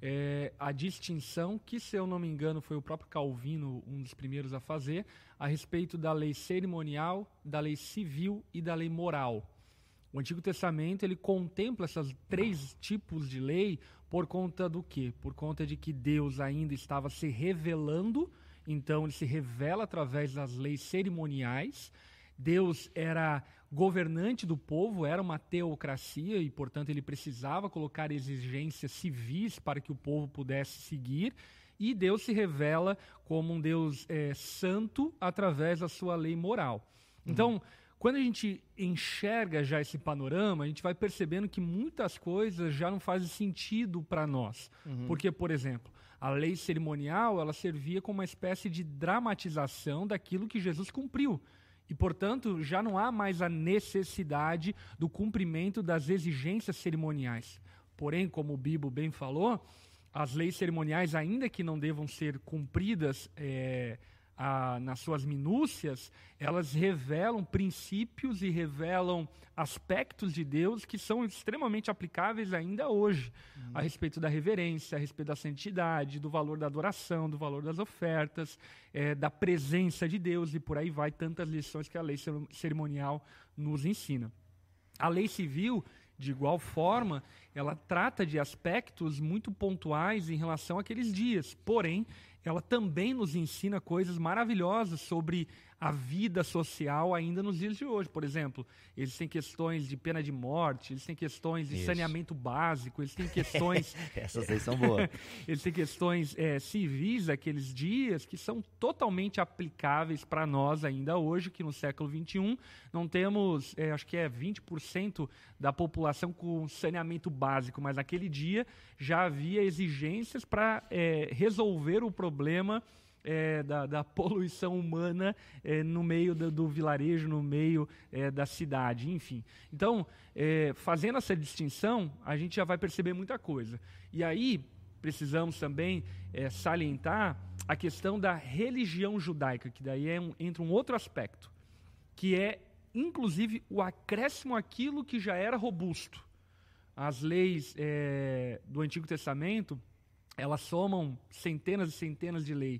É a distinção que, se eu não me engano, foi o próprio Calvino um dos primeiros a fazer, a respeito da lei cerimonial, da lei civil e da lei moral. O Antigo Testamento, ele contempla esses três tipos de lei por conta do quê? Por conta de que Deus ainda estava se revelando, então ele se revela através das leis cerimoniais. Deus era governante do povo, era uma teocracia e, portanto, ele precisava colocar exigências civis para que o povo pudesse seguir. E Deus se revela como um Deus é, santo através da sua lei moral. Então, uhum. quando a gente enxerga já esse panorama, a gente vai percebendo que muitas coisas já não fazem sentido para nós. Uhum. Porque, por exemplo, a lei cerimonial, ela servia como uma espécie de dramatização daquilo que Jesus cumpriu. E, portanto, já não há mais a necessidade do cumprimento das exigências cerimoniais. Porém, como o Bibo bem falou, as leis cerimoniais, ainda que não devam ser cumpridas é, a, nas suas minúcias, elas revelam princípios e revelam aspectos de Deus que são extremamente aplicáveis ainda hoje, uhum. a respeito da reverência, a respeito da santidade, do valor da adoração, do valor das ofertas, é, da presença de Deus, e por aí vai tantas lições que a lei cerimonial nos ensina. A lei civil, de igual forma, ela trata de aspectos muito pontuais em relação àqueles dias, porém, ela também nos ensina coisas maravilhosas sobre a vida social ainda nos dias de hoje. Por exemplo, eles têm questões de pena de morte, eles têm questões de Isso. saneamento básico, eles têm questões... Essas aí são boas. Eles têm questões é, civis daqueles dias que são totalmente aplicáveis para nós ainda hoje, que no século vinte e um não temos, é, acho que é vinte por cento da população com saneamento básico, mas naquele dia já havia exigências para é, resolver o problema É, da, da poluição humana é, no meio do, do vilarejo, no meio é, da cidade, enfim. Então, é, fazendo essa distinção, a gente já vai perceber muita coisa. E aí, precisamos também é, salientar a questão da religião judaica, que daí é um, entra um outro aspecto, que é, inclusive, o acréscimo àquilo que já era robusto. As leis é, do Antigo Testamento, elas somam centenas e centenas de leis.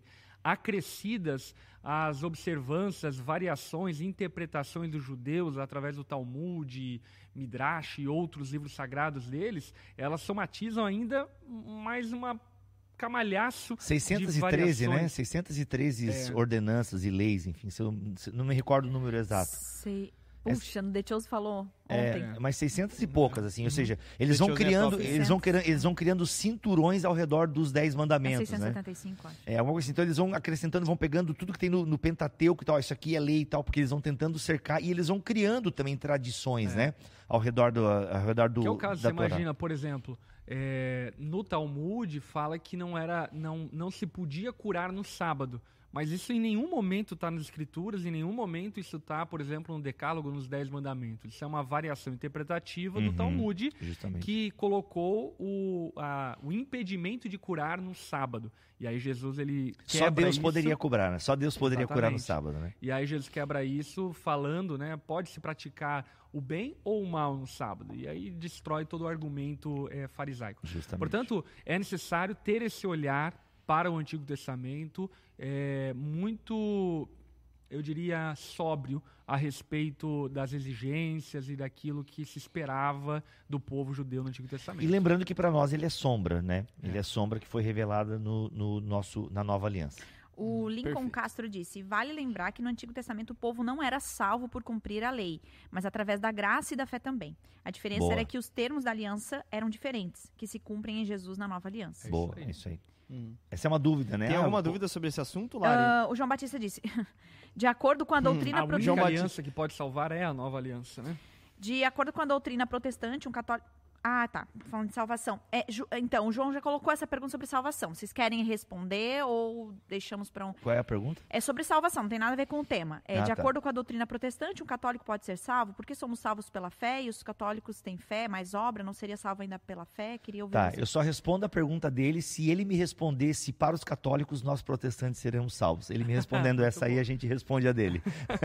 acrescidas às observâncias, variações, interpretações dos judeus através do Talmud, Midrash e outros livros sagrados deles, elas somatizam ainda mais uma camalhaço seiscentos e de treze, variações. né? seiscentos e treze É. ordenanças e leis, enfim, se eu, se- não me recordo o número exato. Sei. Puxa, no The Chose falou É, ontem. mas seiscentas e poucas, assim, ou seja, eles Deixa vão eu ver a criando, top. eles vão criando, eles vão criando cinturões ao redor dos dez É mandamentos, seiscentos e né? setenta e cinco, acho. É, alguma coisa assim. Então eles vão acrescentando, vão pegando tudo que tem no, no Pentateuco e tal, isso aqui é lei e tal, porque eles vão tentando cercar e eles vão criando também tradições, É. né? Ao redor do, ao redor do Que é o caso, da você Torá. imagina, por exemplo, é, no Talmud fala que não, era, não, não se podia curar no sábado. Mas isso em nenhum momento está nas escrituras, em nenhum momento isso está, por exemplo, no Decálogo, nos Dez Mandamentos. Isso é uma variação interpretativa Uhum, do Talmud justamente. que colocou o, a- o impedimento de curar no sábado. E aí Jesus, ele Só quebra Deus isso. poderia curar, né? Só Deus poderia curar no Exatamente. sábado, né? E aí Jesus quebra isso falando, né, pode-se praticar o bem ou o mal no sábado. E aí destrói todo o argumento é, farisaico. Justamente. Portanto, é necessário ter esse olhar para o Antigo Testamento é, muito, eu diria, sóbrio a respeito das exigências e daquilo que se esperava do povo judeu no Antigo E Testamento. lembrando que para nós ele é sombra, né? Ele é sombra que foi revelada no, no nosso, na Nova Aliança. O Lincoln perfeito. Castro disse: vale lembrar que no Antigo Testamento o povo não era salvo por cumprir a lei, mas através da graça e da fé também. A diferença Boa. era que os termos da aliança eram diferentes, que se cumprem em Jesus na nova aliança. É Boa, isso aí. é isso aí. Hum. Essa é uma dúvida, né? Tem Ah, alguma pô, dúvida sobre esse assunto, Lari? Ah, o João Batista disse: de acordo com a doutrina A única pro- João Batista. aliança que pode salvar é a nova aliança, né? de acordo com a doutrina protestante, um católico. Ah, tá. Falando de salvação. É, Ju- então, o João já colocou essa pergunta sobre salvação. Vocês querem responder ou deixamos para um. Qual é a pergunta? É sobre salvação, não tem nada a ver com o tema. É, Ah, de tá. acordo com a doutrina protestante, um católico pode ser salvo? Porque somos salvos pela fé e os católicos têm fé, mais obra, não seria salvo ainda pela fé? Queria ouvir Tá, você. eu só respondo a pergunta dele se ele me responder se para os católicos nós protestantes seremos salvos. Ele me respondendo essa aí, a gente responde a dele.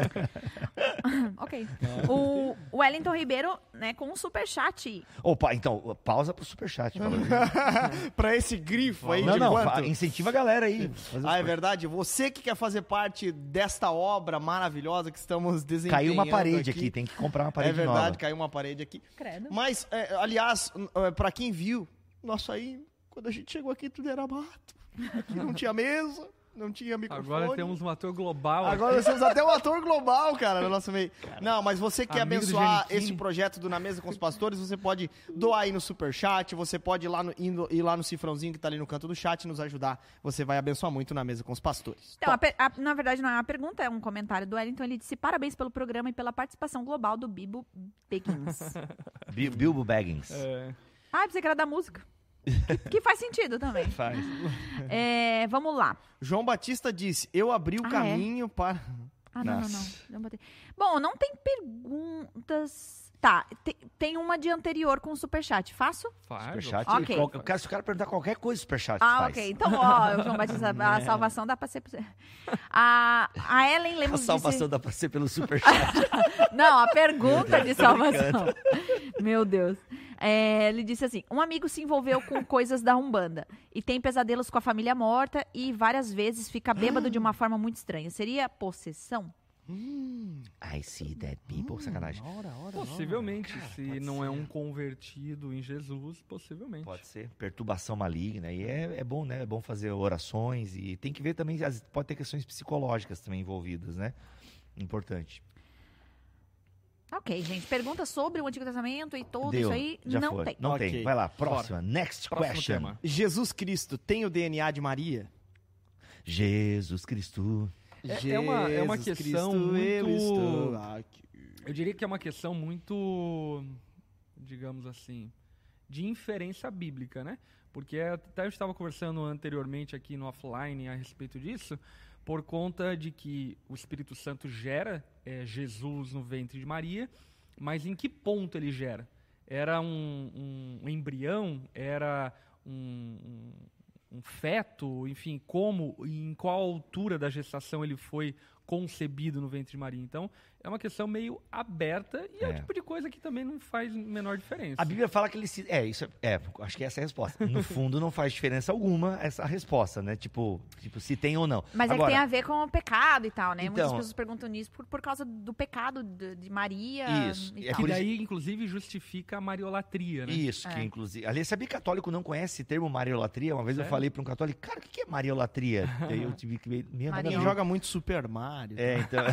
Ok. O o Wellington Ribeiro, né, com um superchat. Opa, então, pausa pro superchat. falou. Pra esse grifo aí não, de não, quanto? fa- incentiva a galera aí. Fazer Ah, é os- verdade. Você que quer fazer parte desta obra maravilhosa que estamos desempenhando Caiu uma parede aqui. tem que comprar uma É parede verdade, nova. caiu uma parede aqui. Credo. Mas, é, aliás, n- é, pra quem viu, nossa, aí, quando a gente chegou aqui, tudo era mato. Aqui não tinha mesa, não tinha microfone. Agora temos um ator global. Agora nós temos até um ator global, cara, no nosso meio. Não, mas você quer Amigo do abençoar Giannichini. esse projeto do Na Mesa com os Pastores, você pode doar aí no Superchat, você pode ir lá no, indo- ir lá no cifrãozinho que tá ali no canto do chat e nos ajudar. Você vai abençoar muito Na Mesa com os Pastores. Então, a per- a- na verdade, não é uma pergunta, é um comentário do Wellington. Ele disse: parabéns pelo programa e pela participação global do Bibo Beguins. Bi- Bilbo Baggins. É, Ah, pensei que era da música. Que, que faz sentido também. Faz. É, vamos lá. João Batista disse, eu abri o Ah, é? caminho para... Ah, não, não, Nossa. não. Não botei. Bom, não tem perguntas. Tá, te- tem uma de anterior com o superchat. Faço? faz. Superchat. Ok. qual- eu quero, se o cara perguntar qualquer coisa, superchat Ah, faz. ok. Então, ó, o João Batista, a salvação dá pra ser. A, a Ellen A Lemos salvação disse... dá pra ser pelo superchat. Não, a pergunta de salvação. Meu Deus. É, ele disse assim: um amigo se envolveu com coisas da Umbanda e tem pesadelos com a família morta e várias vezes fica bêbado de uma forma muito estranha. Seria possessão? I see dead people. Sacanagem. Possivelmente, se pode não é ser. um convertido em Jesus, possivelmente. Pode ser. Perturbação maligna. E é, é bom, né? É bom fazer orações. E tem que ver também, as- pode ter questões psicológicas também envolvidas, né? Importante. Ok, gente. Pergunta sobre o Antigo Testamento e tudo Deu. isso aí Já não foi. tem. Não Ok. tem. Vai lá, próxima. Next Próximo question. tema. Jesus Cristo tem o D N A de Maria? Jesus Cristo. É- é uma- é uma Jesus questão Cristo, eu muito- estou aqui. Eu diria que é uma questão muito, digamos assim, de inferência bíblica, né? Porque até eu estava conversando anteriormente aqui no offline a respeito disso, por conta de que o Espírito Santo gera é, Jesus no ventre de Maria, mas em que ponto ele gera? Era um, um embrião? Era um, um, um feto? Enfim, como e em qual altura da gestação ele foi concebido no ventre de Maria. Então, é uma questão meio aberta e é, é o tipo de coisa que também não faz menor diferença. A Bíblia fala que ele se... É, isso é, é, acho que essa é a resposta. No fundo, não faz diferença alguma essa resposta, né? Tipo, tipo se tem ou não. Mas Agora, é que tem a ver com o pecado e tal, né? Então, Muitas pessoas perguntam nisso por, por causa do pecado de, de Maria Isso, e é tal. Que daí, inclusive, justifica a mariolatria, né? Isso, que É. inclusive... Aliás, sabia que católico não conhece esse termo mariolatria? Uma vez eu Sério? falei para um católico, cara, o que que é mariolatria? E aí eu tive que... Minha Maria. nada a Quem ver. joga muito Super Mario. É, então...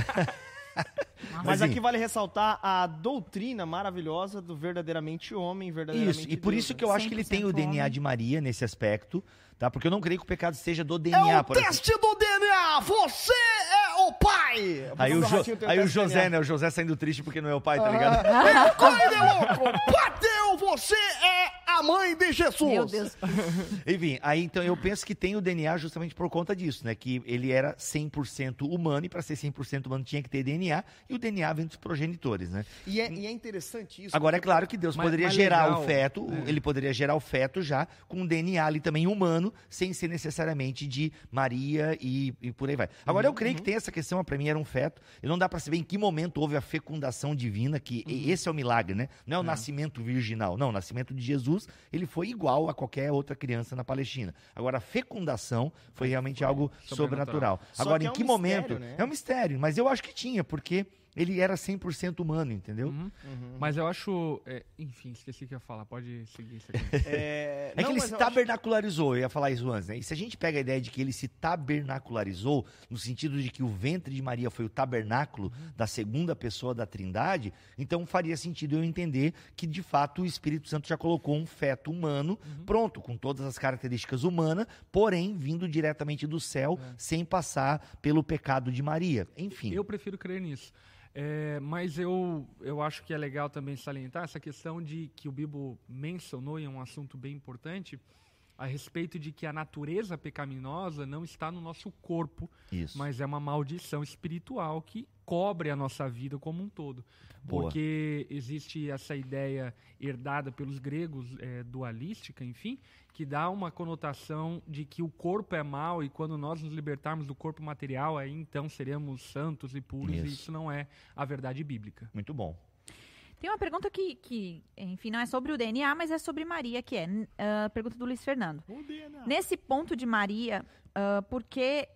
Mas Mas, aqui assim, vale ressaltar a doutrina maravilhosa do verdadeiramente homem, verdadeiramente Isso, e por Deus, isso né? que eu acho que ele tem o cem por cento D N A homem. de Maria nesse aspecto, tá? Porque eu não creio que o pecado seja do D É N A, o por exemplo. teste do D N A! Você é o pai! Aí o, do Jo- Ratinho tem aí o teste do José, D N A. né? O José saindo triste porque não é o pai, tá ligado? Ah, Coelho é louco! Bateu! Você é a mãe de Jesus! Meu Deus. Enfim, aí então eu penso que tem o D N A justamente por conta disso, né? Que ele era cem por cento humano e para ser cem por cento humano tinha que ter D N A e o D N A vem dos progenitores, né? E é, e é interessante isso. Agora, é porque- claro que Deus Mas- poderia mas gerar legal, o feto, é. ele poderia gerar o feto já com D N A ali também humano, sem ser necessariamente de Maria e, e por aí vai. Agora, eu creio que tem essa questão, para mim era um feto, e não dá para saber em que momento houve a fecundação divina, que e- esse é o milagre, né? Não é o nascimento virginal, não, o nascimento de Jesus, ele foi igual a qualquer outra criança na Palestina. Agora, a fecundação foi realmente algo sobrenatural. sobrenatural. Só Agora, que em é um que mistério, momento? né? É um mistério, mas eu acho que tinha, porque ele era cem por cento humano, entendeu? Uhum. Mas eu acho... é, enfim, esqueci o que eu ia falar. Pode seguir isso aqui. É, É que não, ele mas se eu acho- tabernacularizou, eu ia falar isso antes, né? E se a gente pega a ideia de que ele se tabernacularizou, no sentido de que o ventre de Maria foi o tabernáculo da segunda pessoa da Trindade, então faria sentido eu entender que, de fato, o Espírito Santo já colocou um feto humano, pronto, com todas as características humanas, porém, vindo diretamente do céu, sem passar pelo pecado de Maria. Enfim. Eu prefiro crer nisso. É, mas eu, eu acho que é legal também salientar essa questão de que o Bibo mencionou, e é um assunto bem importante, a respeito de que a natureza pecaminosa não está no nosso corpo, Isso. mas é uma maldição espiritual que cobre a nossa vida como um todo. Boa. Porque existe essa ideia herdada pelos gregos, é, dualística, enfim, que dá uma conotação de que o corpo é mau e quando nós nos libertarmos do corpo material, aí então seremos santos e puros, Isso. e isso não é a verdade bíblica. Muito bom. Tem uma pergunta que, que, enfim, não é sobre o D N A, mas é sobre Maria, que é n- a pergunta do Luiz Fernando. O D N A. Nesse ponto de Maria, ah, por que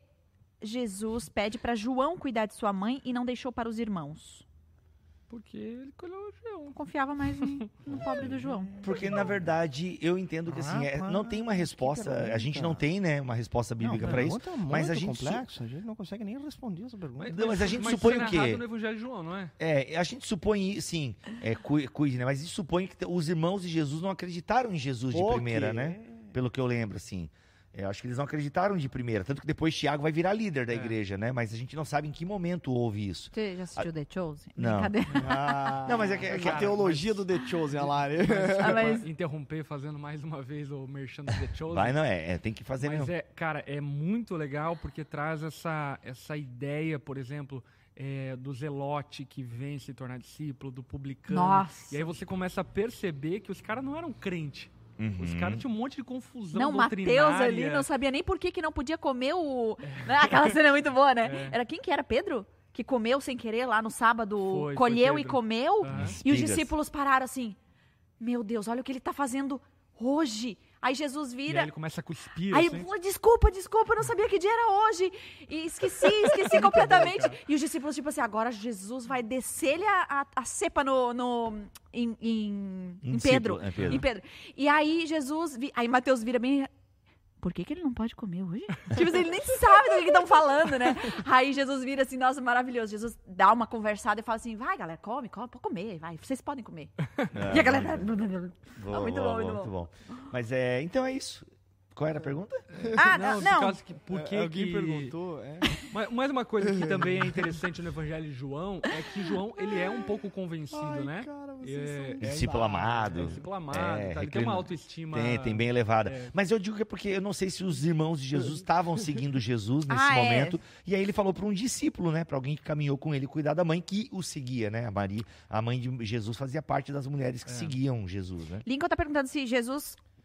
Jesus pede para João cuidar de sua mãe e não deixou para os irmãos? Porque ele colheu o João. Não confiava mais no, no pobre do João. Porque, na verdade, eu entendo que assim, é, não tem uma resposta, a gente não tem, né, uma resposta bíblica para isso, é mas a gente su- complexo, a gente não consegue nem responder essa pergunta. Não, mas a gente mas supõe isso é o quê? narrado no Evangelho de João, não é? É, a gente supõe, sim, é, cu- cuide, né? Mas isso supõe que os irmãos de Jesus não acreditaram em Jesus de Ok. primeira, né? Pelo que eu lembro, assim. Eu acho que eles não acreditaram de primeira. Tanto que depois Tiago vai virar líder da É. igreja, né? Mas a gente não sabe em que momento houve isso. Você já assistiu The Chosen? Não. Brincadeira. Ah, Não, mas é que- é que- a teologia do The Chosen, a lá, né? Ah, mas- Pra interromper, fazendo mais uma vez o merchan do The Chosen. Vai, não é? é tem que fazer Mas mesmo. é, cara, é muito legal porque traz essa, essa ideia, por exemplo, é, do zelote que vem se tornar discípulo, do publicano. Nossa. E aí você começa a perceber que os caras não eram crente. Os Uhum. caras tinham um monte de confusão Não, doutrinária. Mateus ali não sabia nem por que, que não podia comer o... Né, aquela cena é muito boa, né? É. Era quem que era? Pedro? Que comeu sem querer lá no sábado, Foi, colheu foi e Pedro. comeu. Aham. E os Espigas. discípulos pararam assim, meu Deus, olha o que ele tá fazendo hoje. Aí Jesus E vira... aí ele começa a cuspir, Aí, assim. "Pô, desculpa, desculpa, eu não sabia que dia era hoje. E esqueci, esqueci completamente. E os discípulos, tipo assim, agora Jesus vai descer-lhe a, a, a cepa no, no, em, em, Um em Pedro. discípulo, é Pedro. Em Pedro. E aí Jesus, vi- aí Mateus vira bem... Por que, que ele não pode comer hoje? Tipo assim, ele nem sabe do que estão falando, né? Aí Jesus vira assim, nossa, maravilhoso. Jesus dá uma conversada e fala assim, vai, galera, come, come, pode comer, vai, vocês podem comer. É, E a galera... boa, Ah, muito boa, bom, muito boa, Mas é, então é isso. Qual era a pergunta? Ah, não, não. por causa que, por que Alguém que- perguntou, é. Mas, mas uma coisa que também é interessante no Evangelho de João é que João, ele é um pouco convencido, Ai, né? cara, vocês É, são é Discípulo amado. É, discípulo amado, É, tá? Ele tem reclina- uma autoestima... Tem, tem bem elevada. É. Mas eu digo que é porque eu não sei se os irmãos de Jesus estavam seguindo Jesus nesse Ah, é. momento. E aí ele falou para um discípulo, né? Para alguém que caminhou com ele, cuidar da mãe que o seguia, né? A Maria, a mãe de Jesus fazia parte das mulheres que É. seguiam Jesus, né? Lincoln tá perguntando se Jesus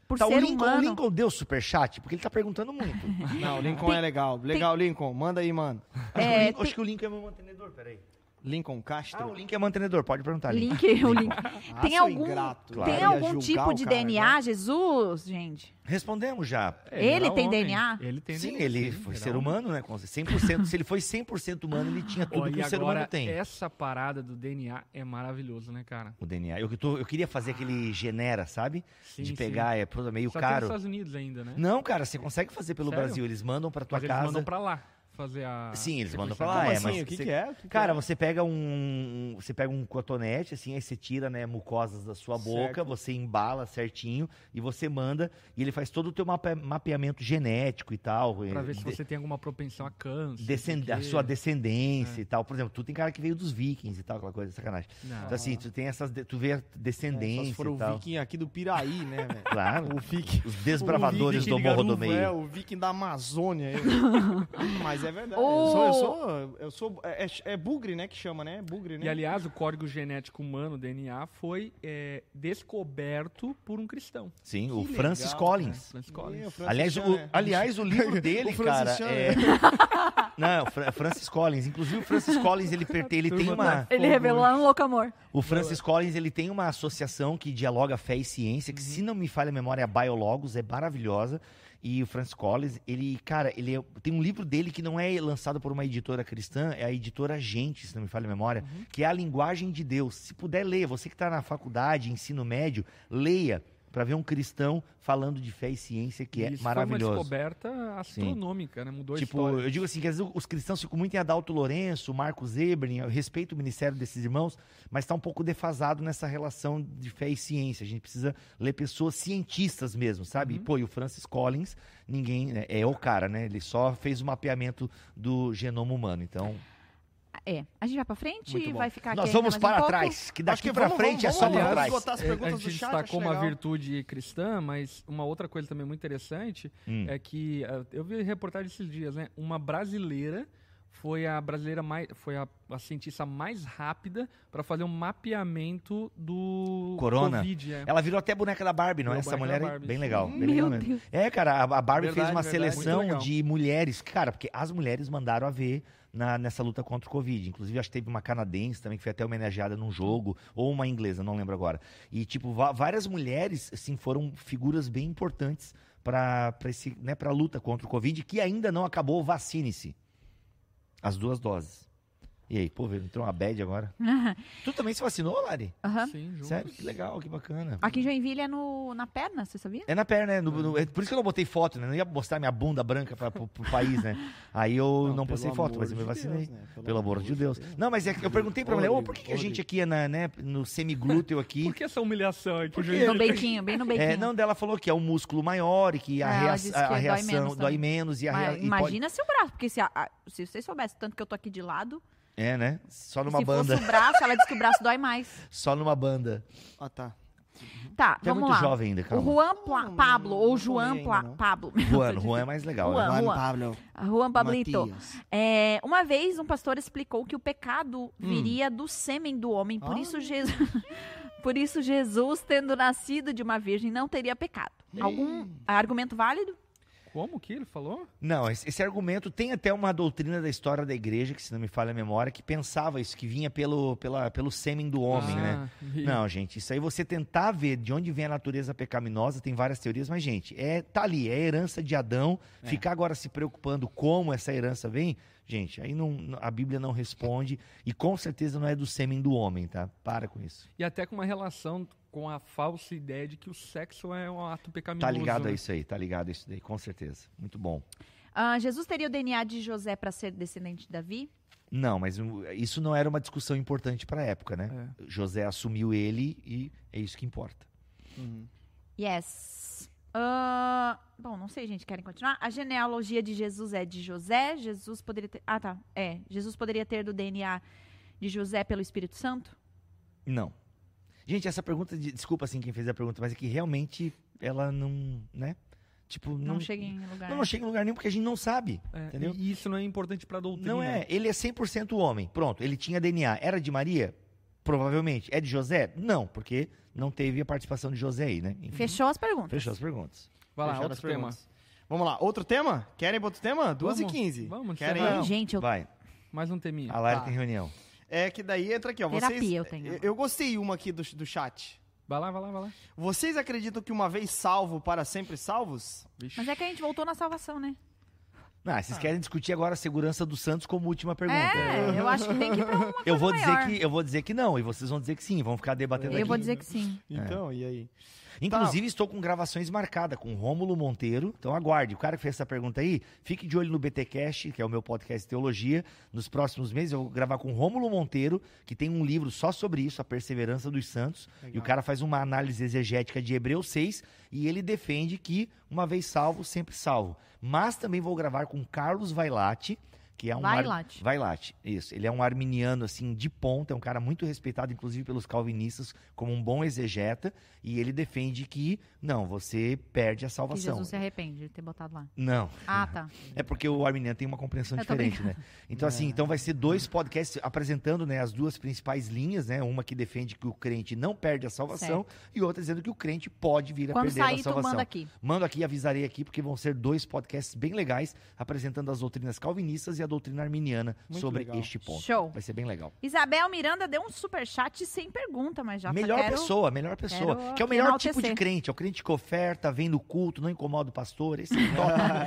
por Tá, o ser Lincoln, humano... o Lincoln deu superchat, porque ele tá perguntando muito. Não, o Lincoln é legal. Legal, Lincoln. Manda aí, mano. Acho, que o É, Lincoln, tem- acho que o Lincoln é meu mantenedor, peraí. Lincoln Castro. Ah, o Lincoln é mantenedor, pode perguntar, Lincoln. Link, o link. Ah, Tem seu algum, ingrato. Claro. tem Ia algum julgar tipo o de cara D N A, agora. Jesus, gente? Respondemos já. Ele era tem homem. D N A? Ele tem Sim, D N A. ele sim, foi era ser homem. humano, né? com cem por cento, se ele foi cem por cento humano, ele tinha tudo Ó, que e um ser agora, humano tem. essa parada do D N A é maravilhoso, né, cara? O D N A. Eu, tô- eu queria fazer aquele genera, sabe? Sim, de sim. pegar, é pô, meio Só tem nos caro. Estados Unidos ainda, né? Não, cara, você consegue fazer pelo Sério? Brasil. Eles mandam pra tua Mas eles casa. mandam pra lá fazer a... Sim, eles mandam pra sequenciar. lá, Como é, assim? mas O que você- que é? O que que Cara, é? você pega um, você pega um cotonete, assim, aí você tira, né, mucosas da sua boca, Certo. você embala certinho e você manda e ele faz todo o teu mape- mapeamento genético e tal. Pra eh, ver se de- você tem alguma propensão a câncer. descend- não a sei o sua quê. descendência e tal. Por exemplo, tu tem cara que veio dos vikings e tal, aquela coisa, sacanagem. Não. Então, assim, tu tem essas, de- tu vê a É, só descendência se for e o tal. viking aqui do Piraí, né, velho? Claro, O viking... os desbravadores o viking do de Morro do Garuva, Meio. É, o viking da Amazônia. eu- Mas é verdade. Eu sou... Eu sou, eu sou é, é- é bugre, né, que chama, né? Bugre, né? E, aliás, o código genético humano, D N A, foi é, descoberto por um cristão. Sim, o Que Francis legal, Collins. Francis Meu, Collins. Francis Aliás, Chan, o, né? aliás, o livro dele, O cara, Francis Chan, é... Não, Fra- Francis Collins. Inclusive, o Francis Collins, ele, perte- ele tem Turma uma... da- Ele Por revelou lá no Louco Amor. O Francis Collins, ele tem uma associação que dialoga fé e ciência, que, se não me falha a memória, é a Biologos, é maravilhosa. E o Francis Collins, ele, cara, ele é- tem um livro dele que não é lançado por uma editora cristã, é a editora Gente, se não me falha a memória, que é A Linguagem de Deus. Se puder ler, você que está na faculdade, ensino médio, leia para ver um cristão falando de fé e ciência, que é Isso maravilhoso. foi uma descoberta astronômica, né? Mudou a Tipo, história. eu digo assim, que às vezes os cristãos ficam muito em Adalto Lourenço, Marcos Eberlin, eu respeito o ministério desses irmãos, mas está um pouco defasado nessa relação de fé e ciência. A gente precisa ler pessoas cientistas mesmo, sabe? Uhum. E, pô, e o Francis Collins, ninguém, né, é o cara, né? Ele só fez o mapeamento do genoma humano, então... É, a gente vai pra frente Muito e bom. vai ficar aqui Nós ainda vamos mais um para pouco? trás, que Acho daqui que pra vamos- frente vamos- é só vamos pra trás. esgotar as É, perguntas a do gente chat, destacou acho uma legal. virtude cristã, mas uma outra coisa também muito interessante Hum. é que eh, eu vi reportagem esses dias, né? Uma brasileira foi a brasileira mais, foi a, a cientista mais rápida para fazer um mapeamento do Corona. Covid. É. Ela virou até boneca da Barbie, não é? Virou Essa boneca mulher da é Barbie, bem sim. legal. Bem Meu legal mesmo. Deus. É, cara, a, a Barbie fez Verdade, uma verdade. seleção Muito legal. de mulheres, cara, porque as mulheres mandaram a ver na, nessa luta contra o Covid. Inclusive, acho que teve uma canadense também que foi até homenageada num jogo, ou uma inglesa, não lembro agora. E, tipo, va- várias mulheres, assim, foram figuras bem importantes para esse, né, pra luta contra o Covid, que ainda não acabou. Vacine-se. As duas doses. E aí, pô, entrou uma bad agora. Tu também se vacinou, Lari? Aham. Sim, juntos. Sério? Que legal, que bacana. Aqui em Joinville é no, na perna, você sabia? É na perna, né? No- no- é por isso que eu não botei foto, né? Não ia mostrar minha bunda branca pra, pro, pro país, né? Aí eu não, pelo postei foto, amor mas eu me de vacinei. Deus, né? Pelo amor de Deus. Não, mas é que eu perguntei pra mulher, ô, por que, que a gente aqui é na, né, no semiglúteo aqui? Por que essa humilhação aqui? Porque- Juiz? No beiquinho, bem no beiquinho. É, não, dela falou que é um músculo maior e que a, É, ela rea- disse que a dói reação menos dói também. menos e a Mas rea- e imagina se o braço, porque se, a- a- se você soubesse tanto que eu tô aqui de lado, pode- É, né? Só numa se banda. fosse o braço, ela disse que o braço dói mais. Só numa banda. Ah, tá. Tá, Tu é vamos muito lá. jovem ainda, O calma. Juan Pla- Não, Pablo, não, ou não Juan tomei Pla- ainda, não. Pablo. Juan, Juan é mais legal. Juan, né? Juan. Pablo. Juan Pablito. Matias. É, uma vez um pastor explicou que o pecado viria do sêmen do homem, por Ah. isso Jesus, por isso Jesus, tendo nascido de uma virgem, não teria pecado. Algum argumento válido? Como que ele falou? Não, esse, esse argumento tem até uma doutrina da história da igreja, que se não me falha a memória, que pensava isso, que vinha pelo, pela, pelo sêmen do homem, né? Ah, e- Não, gente, isso aí você tentar ver de onde vem a natureza pecaminosa, tem várias teorias, mas, gente, é, tá ali, é a herança de Adão. É. Ficar agora se preocupando como essa herança vem, gente, aí não, a Bíblia não responde e com certeza não é do sêmen do homem, tá? Para com isso. E até com uma relação com a falsa ideia de que o sexo é um ato pecaminoso. Tá ligado né? a isso aí, tá ligado a isso daí, com certeza. Muito bom. Ah, Jesus teria o D N A de José para ser descendente de Davi? Não, mas um, isso não era uma discussão importante para a época, né? José assumiu ele e é isso que importa. Uhum. Yes. Ah, bom, não sei, gente, querem continuar? A genealogia de Jesus é de José. Jesus poderia ter... Ah, tá. É. Jesus poderia ter do D N A de José pelo Espírito Santo? Não. Gente, essa pergunta, de, desculpa assim quem fez a pergunta, mas é que realmente ela não, né? Tipo, Não, não, chega em lugar. não, não chega em lugar nenhum porque a gente não sabe, É, entendeu? E isso não é importante pra doutrina. Não é, ele é cem por cento homem, pronto, ele tinha D N A, era de Maria? Provavelmente. É de José? Não, porque não teve a participação de José aí, né? Enfim, Fechou as perguntas. fechou as perguntas. Vai lá, Fecharam outro as tema. perguntas. Vamos lá, outro tema? Querem outro tema? duas e Vamos, quinze. vamos, Querem? encerrar. Ai, gente, eu... Vai, Mais um teminha. a Lara Tá. tem reunião. É que daí entra aqui, ó. Terapia Vocês, eu tenho. eu, eu gostei uma aqui do, do chat. Vai lá, vai lá, vai lá. Vocês acreditam que uma vez salvo, para sempre salvos? Vixe. Mas é que a gente voltou na salvação, né? Ah, vocês querem discutir agora a segurança do Santos como última pergunta. É, eu acho que tem que ir pra uma coisa Eu vou, dizer maior. que, eu vou dizer que não, e vocês vão dizer que sim, vão ficar debatendo Eu aqui. vou dizer que sim. Então, e aí? Inclusive, estou com gravações marcadas com Rômulo Monteiro. Então, aguarde. O cara que fez essa pergunta aí, fique de olho no B T Cast, que é o meu podcast de teologia. Nos próximos meses, eu vou gravar com Rômulo Monteiro, que tem um livro só sobre isso, A Perseverança dos Santos. Legal. E o cara faz uma análise exegética de Hebreus seis, e ele defende que, uma vez salvo, sempre salvo. Mas também vou gravar com Carlos Vailate, que é um Vailate. Ar... Vailate, isso. Ele é um arminiano, assim, de ponta, é um cara muito respeitado, inclusive, pelos calvinistas, como um bom exegeta, e ele defende que, não, você perde a Que salvação. Jesus se arrepende de ter botado lá. Não. Ah, tá. É porque o arminiano tem uma compreensão Eu tô diferente, né? Então, assim, então vai ser dois podcasts apresentando, né, as duas principais linhas, né? Uma que defende que o crente não perde a salvação e outra dizendo que o crente pode vir a Quando perder sair, a tu salvação. manda aqui. Mando aqui, avisarei aqui, porque vão ser dois podcasts bem legais, apresentando as doutrinas calvinistas e a doutrina arminiana Muito sobre legal. este ponto. Show. Vai ser bem legal. Isabel Miranda deu um superchat sem pergunta, mas já melhor quero... pessoa, melhor pessoa. quero Que é o melhor enaltecer. tipo de crente. É o crente que oferta, vem no culto, não incomoda o pastor. Esse é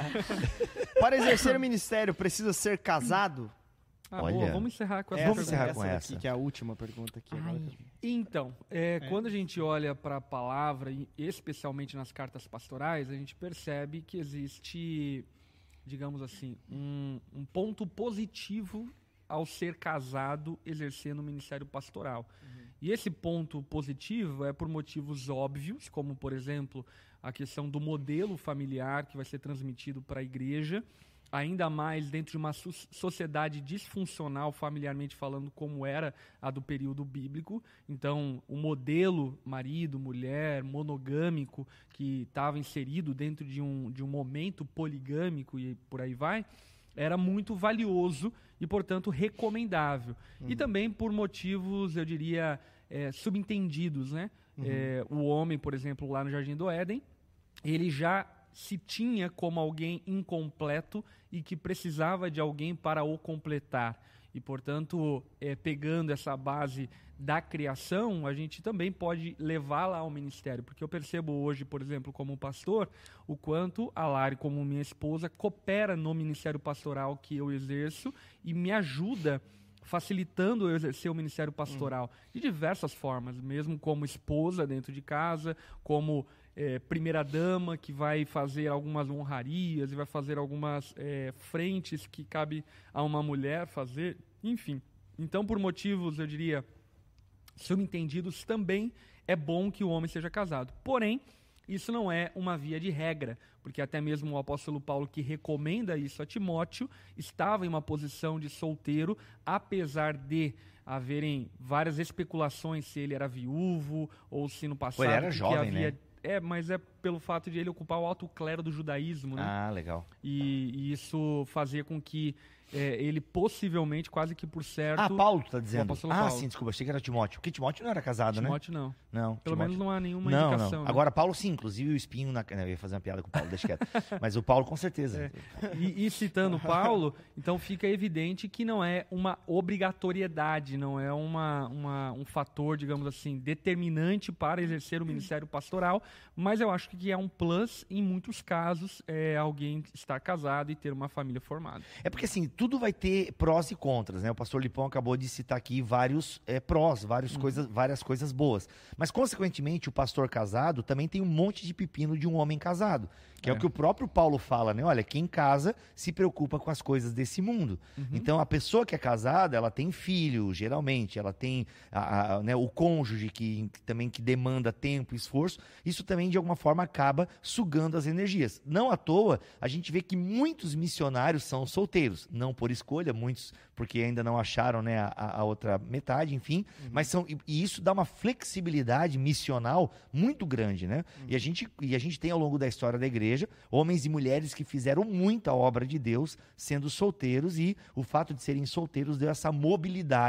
top. Para exercer o ministério, precisa ser casado? Ah, Olha. boa, vamos encerrar com essa Vamos pergunta. encerrar com daqui, essa. que é a última pergunta aqui. Ai. Agora. Então, é, quando a gente olha para a palavra, e especialmente nas cartas pastorais, a gente percebe que existe, digamos assim, um, um ponto positivo ao ser casado exercendo o ministério pastoral. Uhum. E esse ponto positivo é por motivos óbvios, como, por exemplo, a questão do modelo familiar que vai ser transmitido para a igreja, ainda mais dentro de uma so- sociedade disfuncional, familiarmente falando, como era a do período bíblico. Então, o modelo marido, mulher, monogâmico, que estava inserido dentro de um, de um momento poligâmico e por aí vai, era muito valioso e, portanto, recomendável. Uhum. E também por motivos, eu diria, é, subentendidos, né? Uhum. É, o homem, por exemplo, lá no Jardim do Éden, ele já se tinha como alguém incompleto e que precisava de alguém para o completar. E, portanto, é, pegando essa base da criação, a gente também pode levá-la ao ministério. Porque eu percebo hoje, por exemplo, como pastor, o quanto a Lari, como minha esposa, coopera no ministério pastoral que eu exerço e me ajuda facilitando eu exercer o ministério pastoral uhum. de diversas formas, mesmo como esposa dentro de casa, como é, primeira-dama que vai fazer algumas honrarias e vai fazer algumas é, frentes que cabe a uma mulher fazer, enfim. Então, por motivos, eu diria, subentendidos, também é bom que o homem seja casado. Porém, isso não é uma via de regra, porque até mesmo o apóstolo Paulo, que recomenda isso a Timóteo, estava em uma posição de solteiro, apesar de haverem várias especulações se ele era viúvo ou se no passado... Pô, ele era que jovem, havia... né? É, mas é pelo fato de ele ocupar o alto clero do judaísmo, né? Ah, legal. E, e isso fazia com que é, ele possivelmente, quase que por certo... Ah, Paulo tá dizendo. apóstolo Ah, Paulo. sim, desculpa, achei que era Timóteo. Porque Timóteo não era casado, Timóteo não. né? Não. Pelo Timóteo... menos não há nenhuma não, indicação. Não. Né? Agora, Paulo sim, inclusive o espinho na... Não, eu ia fazer uma piada com o Paulo, deixa quieto. Mas o Paulo, com certeza. É. E, e citando Paulo, então fica evidente que não é uma obrigatoriedade, não é uma, uma, um fator, digamos assim, determinante para exercer o ministério pastoral, mas eu acho que é um plus em muitos casos é, alguém estar casado e ter uma família formada. É porque assim, tudo vai ter prós e contras, né? O pastor Lipão acabou de citar aqui vários é, prós, várias, uhum. coisas, várias coisas boas. Mas, consequentemente, o pastor casado também tem um monte de pepino de um homem casado. Que é, é o que o próprio Paulo fala, né? Olha, quem casa se preocupa com as coisas desse mundo. Uhum. Então, a pessoa que é casada, ela tem filho, geralmente. Ela tem a, a, né, o cônjuge que, que também que demanda tempo e esforço. Isso também, de alguma forma, acaba sugando as energias. Não à toa, a gente vê que muitos missionários são solteiros. Não por escolha, muitos porque ainda não acharam, né, a, a outra metade, enfim. Uhum. Mas são, e, e isso dá uma flexibilidade missional muito grande, né? Uhum. E, a gente, e a gente tem, ao longo da história da igreja, homens e mulheres que fizeram muita obra de Deus sendo solteiros, e o fato de serem solteiros deu essa mobilidade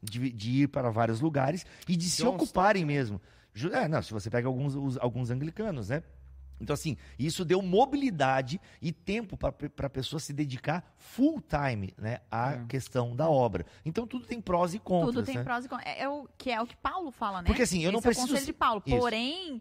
de, de ir para vários lugares e de se John ocuparem mesmo. Ju- É, não, se você pega alguns, os- alguns anglicanos, né? Então, assim, isso deu mobilidade e tempo para a pessoa se dedicar full time, né, à É. questão da obra. Então, tudo tem prós e contras, Tudo tem né? prós e contras. É, é o que é o que Paulo fala, né? Porque, assim, eu não Esse é o preciso conselho se- de Paulo. Isso. Porém,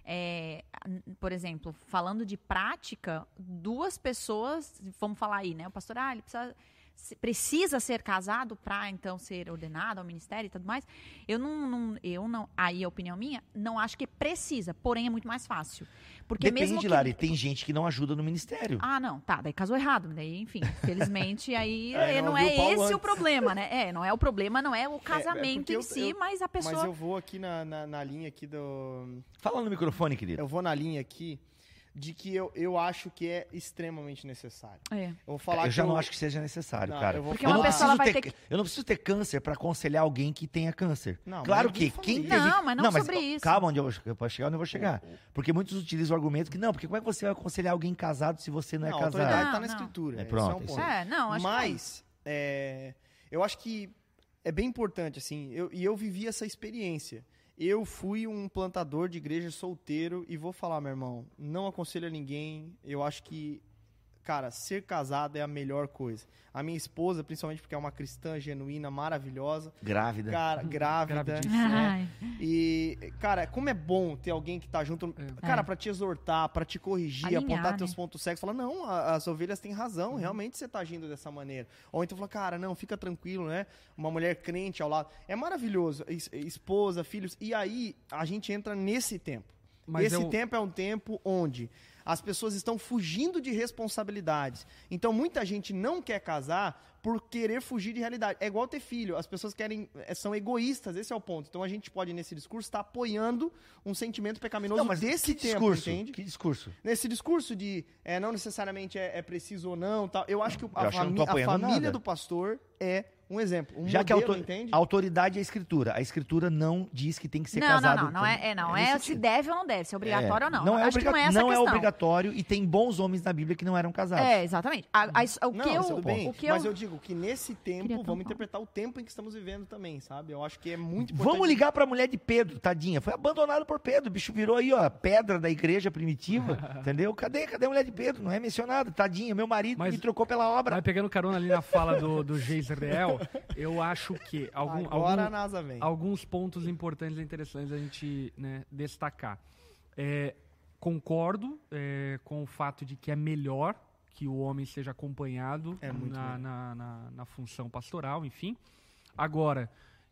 é, por exemplo, falando de prática, duas pessoas, vamos falar aí, né? O pastor, ah, ele precisa, se- precisa ser casado para então ser ordenado ao ministério e tudo mais. Eu não, não- eu não, aí a opinião minha, não acho que precisa, porém é muito mais fácil. Porque Depende, mesmo que Lari, tem gente que não ajuda no ministério. Ah, não, tá, daí casou errado, daí, enfim, felizmente aí É, é, não não ouviu é o Paulo esse antes. o problema, né? É, não é o problema, não é o É, é casamento porque em eu- si, eu- mas a pessoa... Mas eu vou aqui na, na, na linha aqui do... Fala no microfone, querido. Eu vou na linha aqui de que eu, eu acho que é extremamente necessário. É. Eu vou falar eu que já eu, não acho que seja necessário, Não, cara. eu vou Porque falar- uma não pessoa ela preciso vai ter, ter que... Eu não preciso ter câncer para aconselhar alguém que tenha câncer. Não, claro mas que ninguém quem falou teve... isso. Não, mas não sobre ó, isso. Calma, onde eu, eu posso chegar, onde eu vou chegar. Porque muitos utilizam o argumento que não, porque como é que você vai aconselhar alguém casado se você não, Não, é a casado? autoridade tá Não, na não. escritura. É, esse pronto, é um isso ponto. É, não, acho que Mas, é, eu acho que é bem importante, assim, eu, e eu vivi essa experiência. Eu fui um plantador de igreja solteiro e vou falar, meu irmão, não aconselho a ninguém, eu acho que, cara, ser casado é a melhor coisa. A minha esposa, principalmente porque é uma cristã genuína, maravilhosa, Grávida. cara, grávida, Gravidíssima. né? Ai, E, cara, como é bom ter alguém que tá junto, cara, pra te exortar, pra te corrigir, Alinhar, apontar né? teus pontos cegos, falar, não, a- as ovelhas têm razão, realmente você tá agindo dessa maneira. Ou então falar, cara, não, fica tranquilo, né? Uma mulher crente ao lado. É maravilhoso, es- esposa, filhos. E aí, a gente entra nesse tempo. Mas Esse eu- tempo é um tempo onde as pessoas estão fugindo de responsabilidades. Então, muita gente não quer casar por querer fugir de realidade. É igual ter filho. As pessoas querem, é, são egoístas, esse é o ponto. Então, a gente pode, nesse discurso, estar apoiando um sentimento pecaminoso Não, mas desse que tempo, discurso? entende? Que discurso? Nesse discurso de é, não necessariamente é, é preciso ou não, tal, eu acho que o- Eu a, acho que eu não fami- tô a apoiando família nada. do pastor é um exemplo. Um Já que a, modelo, autor- entende? a autoridade é a escritura. A escritura não diz que tem que ser não, casado. não, não, não com- é, é, não nesse é se sentido. deve ou não deve, se é obrigatório ou não. Não, é, acho obriga- que não é essa não a é questão. obrigatório e tem bons homens na Bíblia que não eram casados. É, exatamente. A- a- o Não, que eu, tudo bem. o que Mas eu, eu digo que nesse tempo, Queria vamos tampar. interpretar o tempo em que estamos vivendo também, sabe? Eu acho que é muito importante. Vamos ligar pra mulher de Pedro, tadinha. Foi abandonado por Pedro. O bicho virou aí, ó, pedra da igreja primitiva. Entendeu? Cadê, cadê a mulher de Pedro? Não é mencionada. Tadinha, meu marido Mas- me trocou pela obra. Mas pegando carona ali na fala do, do Geisrael, eu acho que algum, Agora a algum- NASA vem. alguns pontos importantes e interessantes a gente, né, destacar. É, concordo é, com o fato de que é melhor que o homem seja acompanhado É muito na, melhor. na, na- na função pastoral, enfim. Agora,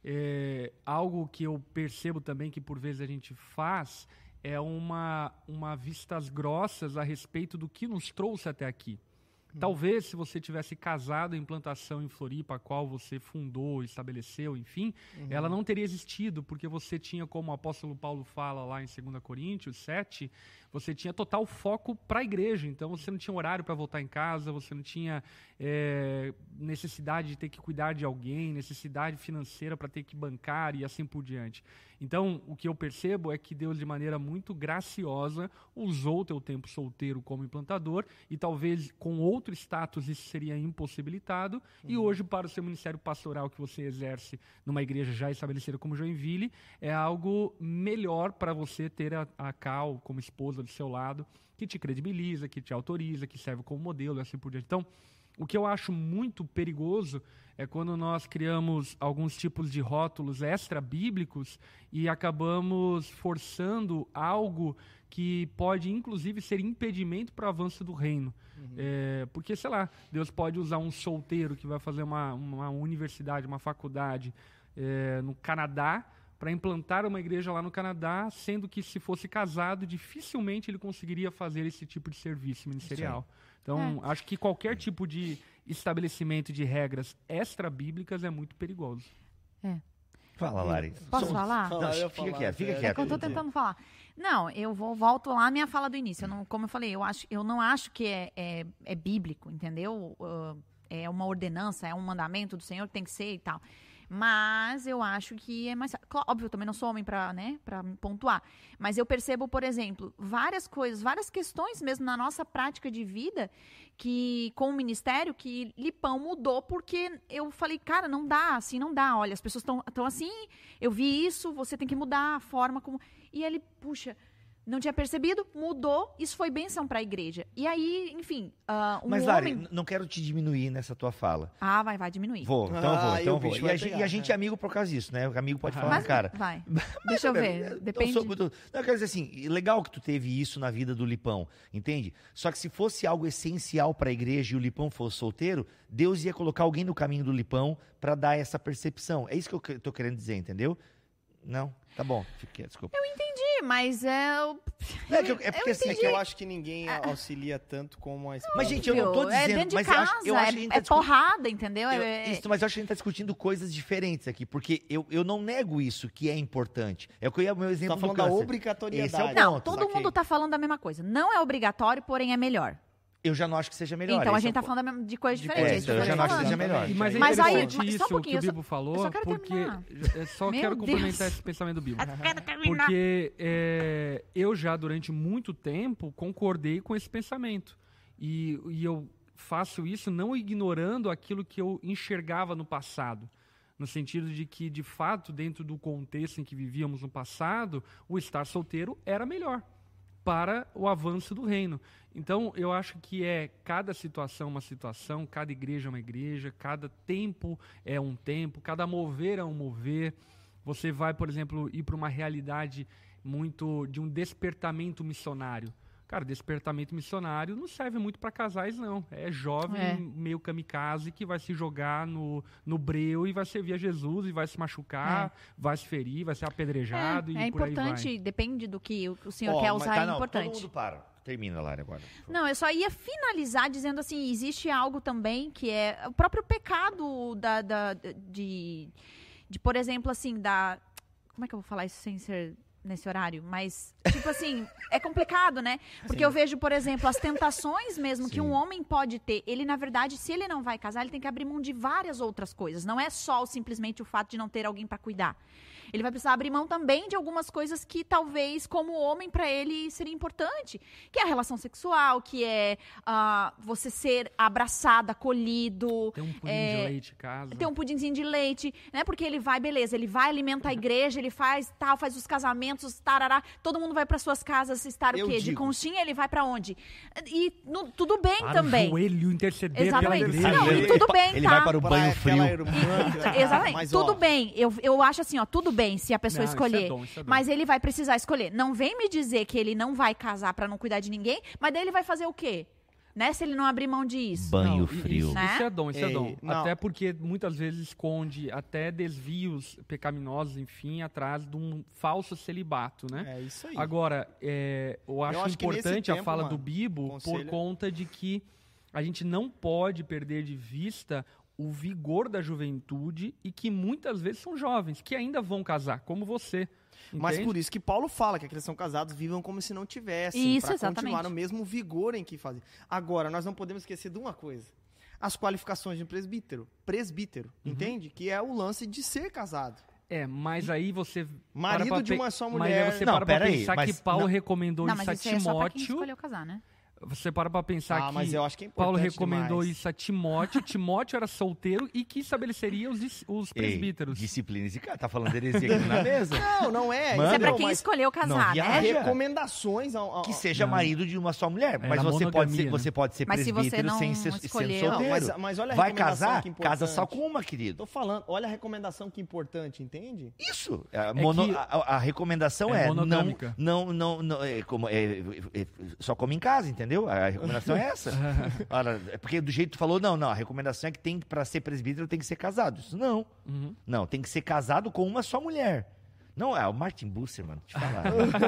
é, algo que eu percebo também que por vezes a gente faz é uma, uma vistas grossas a respeito do que nos trouxe até aqui. Talvez, se você tivesse casado em plantação em Floripa, a qual você fundou, estabeleceu, enfim, ela não teria existido, porque você tinha, como o apóstolo Paulo fala lá em dois Coríntios sete, você tinha total foco para a igreja. Então, você não tinha horário para voltar em casa, você não tinha é, necessidade de ter que cuidar de alguém, necessidade financeira para ter que bancar e assim por diante. Então, o que eu percebo é que Deus, de maneira muito graciosa, usou o teu tempo solteiro como implantador e talvez com outro status isso seria impossibilitado. E hoje, para o seu ministério pastoral que você exerce numa igreja já estabelecida como Joinville, é algo melhor para você ter a, a Cal como esposa do seu lado, que te credibiliza, que te autoriza, que serve como modelo e assim por diante. Então, o que eu acho muito perigoso é quando nós criamos alguns tipos de rótulos extra-bíblicos e acabamos forçando algo que pode, inclusive, ser impedimento para o avanço do reino. É, porque, sei lá, Deus pode usar um solteiro que vai fazer uma, uma universidade, uma faculdade é, no Canadá para implantar uma igreja lá no Canadá, sendo que, se fosse casado, dificilmente ele conseguiria fazer esse tipo de serviço ministerial. Então, acho que qualquer tipo de estabelecimento de regras extra-bíblicas é muito perigoso. É. Fala, Lari. Posso Só- falar? Não, Fala, eu ia fica falar, quieto, fica sério. quieto. É que eu tô tentando falar. Não, eu vou volto lá à minha fala do início. Eu não, como eu falei, eu, acho, eu não acho que é, é, é bíblico, entendeu? Uh, é uma ordenança, é um mandamento do Senhor que tem que ser e tal. Mas eu acho que é mais... Claro, óbvio, eu também não sou homem pra, né, pra me pontuar. Mas eu percebo, por exemplo, várias coisas, várias questões mesmo na nossa prática de vida, que com o ministério, que Lipão mudou porque eu falei, cara, não dá, assim, não dá. Olha, as pessoas estão assim, eu vi isso, você tem que mudar a forma como... E ele, puxa... Não tinha percebido, mudou, isso foi bênção para a igreja. E aí, enfim, uh, um Mas, homem... Lari, não quero te diminuir nessa tua fala. Ah, vai, vai diminuir. Vou, então Ah, vou, e então o vou. bicho E a, vai gente, pegar, e a gente né? é amigo por causa disso, né? O amigo pode falar, Mas, cara... vai, deixa eu ver, Então, depende... sou- não, eu quero dizer assim, legal que tu teve isso na vida do Lipão, entende? Só que se fosse algo essencial para a igreja e o Lipão fosse solteiro, Deus ia colocar alguém no caminho do Lipão para dar essa percepção. É isso que eu que- tô querendo dizer, entendeu? Não? Tá bom, fique, desculpa. Entendi, mas é... o- É, que eu- é porque assim, É que eu acho que ninguém auxilia tanto como a esposa. mas gente, eu não tô Viu? É dizendo, dentro de mas eu casa, acho, eu acho que a gente é, tá é discutindo- porrada, entendeu? Eu- É- isso, mas eu acho que a gente está discutindo coisas diferentes aqui, porque eu, eu não nego isso, que é importante. É o que eu ia o meu Você exemplo tá do falando da câncer. obrigatoriedade. Esse é o Não, ponto, todo saquei. mundo tá falando da mesma coisa. Não é obrigatório, porém é melhor. Eu já não acho que seja melhor. Então a esse é gente o tá ponto. falando da mesma- de coisas De diferentes. É, é isso então eu que já eu não tô acho que seja falando. melhor. E- Mas é Mas aí- interessante mas só um isso que o pouquinho, eu só- Bibo falou, eu só quero porque terminar. eu só Meu quero Deus. complementar esse pensamento do Bibo. Eu quero terminar. Porque é, eu já, durante muito tempo, concordei com esse pensamento. E, e eu faço isso não ignorando aquilo que eu enxergava no passado. No sentido de que, de fato, dentro do contexto em que vivíamos no passado, o estar solteiro era melhor para o avanço do reino. Então, eu acho que é cada situação uma situação, cada igreja é uma igreja, cada tempo é um tempo, cada mover é um mover. Você vai, por exemplo, ir para uma realidade muito de um despertamento missionário. Cara, despertamento missionário não serve muito para casais, não. É jovem, É. meio kamikaze, que vai se jogar no, no breu e vai servir a Jesus e vai se machucar, vai se ferir, vai ser apedrejado É, e é por aí vai. importante, depende do que o o senhor Ó, quer mas usar, tá, é não, importante. Todo mundo para. Termina, Lari, agora. Não, eu só ia finalizar dizendo assim, existe algo também que é o próprio pecado da, da- de, de, por exemplo, assim, da... Como é que eu vou falar isso sem ser nesse horário? Mas, tipo assim, é complicado, né? Porque eu vejo, por exemplo, as tentações mesmo que Sim. um homem pode ter. Ele, na verdade, se ele não vai casar, ele tem que abrir mão de várias outras coisas. Não é só simplesmente o fato de não ter alguém para cuidar. Ele vai precisar abrir mão também de algumas coisas que talvez, como homem, para ele seria importante. Que é a relação sexual, que é ah, você ser abraçado, acolhido. Tem um pudim é, de leite em casa. Tem um pudimzinho de leite, né? Porque ele vai, beleza, ele vai, alimenta a igreja, ele faz tal, faz os casamentos, tarará. Todo mundo vai para suas casas estar Eu o quê? De digo. conchinha, ele vai para onde? E no- tudo bem Para também. o joelho interceder Exatamente. pela igreja. Não, e tudo bem, Ele tá? vai para o Pra banho aquela frio. irmã que vai- Exatamente. Mas, tudo ó, bem. Eu, eu acho assim, ó, tudo bem se a pessoa Não, isso é escolher. dom, isso é dom. Mas ele vai precisar escolher. Não vem me dizer que ele não vai casar pra não cuidar de ninguém, mas daí ele vai fazer o quê? Né? Se ele não abrir mão disso. Banho Não, frio. Isso, Né? isso é dom, isso é Ei, dom. não. Até porque muitas vezes esconde até desvios pecaminosos, enfim, atrás de um falso celibato, né? É isso aí. Agora, é, eu acho, acho que nesse importante a tempo, fala mano, do Bibo conselho- por conta de que a gente não pode perder de vista o vigor da juventude e que muitas vezes são jovens, que ainda vão casar, como você. Mas entende? por isso que Paulo fala que aqueles que são casados vivam como se não tivessem. Isso, pra exatamente. continuar no mesmo vigor em que fazem. Agora, nós não podemos esquecer de uma coisa. As qualificações de um presbítero. Presbítero, Uhum. entende? Que é o lance de ser casado. É, mas aí você... Marido para pra de pe- uma só Mas mulher. aí você Não, para pra pera aí, pensar mas que Paulo não- recomendou Não, isso mas a isso aí é só pra quem Timóteo. escolheu casar, né? Você para pra pensar Ah, que mas eu acho que é Paulo importante recomendou demais. isso a Timóteo. Timóteo era solteiro e que estabeleceria os, dis- os Ei, presbíteros. disciplina. Esse cara tá falando heresia aqui na mesa. Não, não é. Mano, Isso é pra não, quem mas escolheu casar, viaja. né? recomendações ao, ao, Que seja Não. marido de uma só mulher. É, mas na você pode, monogamia, ser, né? você pode ser Mas se você presbítero não sem ser, sendo escolheu- Não, solteiro. mas, mas olha a Vai recomendação casar? que importante. Casa só com uma, querido. Tô falando, olha a recomendação que importante, entende? Isso. A, mono- que- a- a recomendação é é, não, monogâmica. não, não, não é, como, é, é, é, só come em casa, entendeu? A recomendação é essa. Ora, é porque do jeito que tu falou, não, não, a recomendação é que tem para ser presbítero tem que ser casado. Isso não. Uhum. Não, tem que ser casado com uma só mulher. Não, é o Martin Busser, mano, te falar.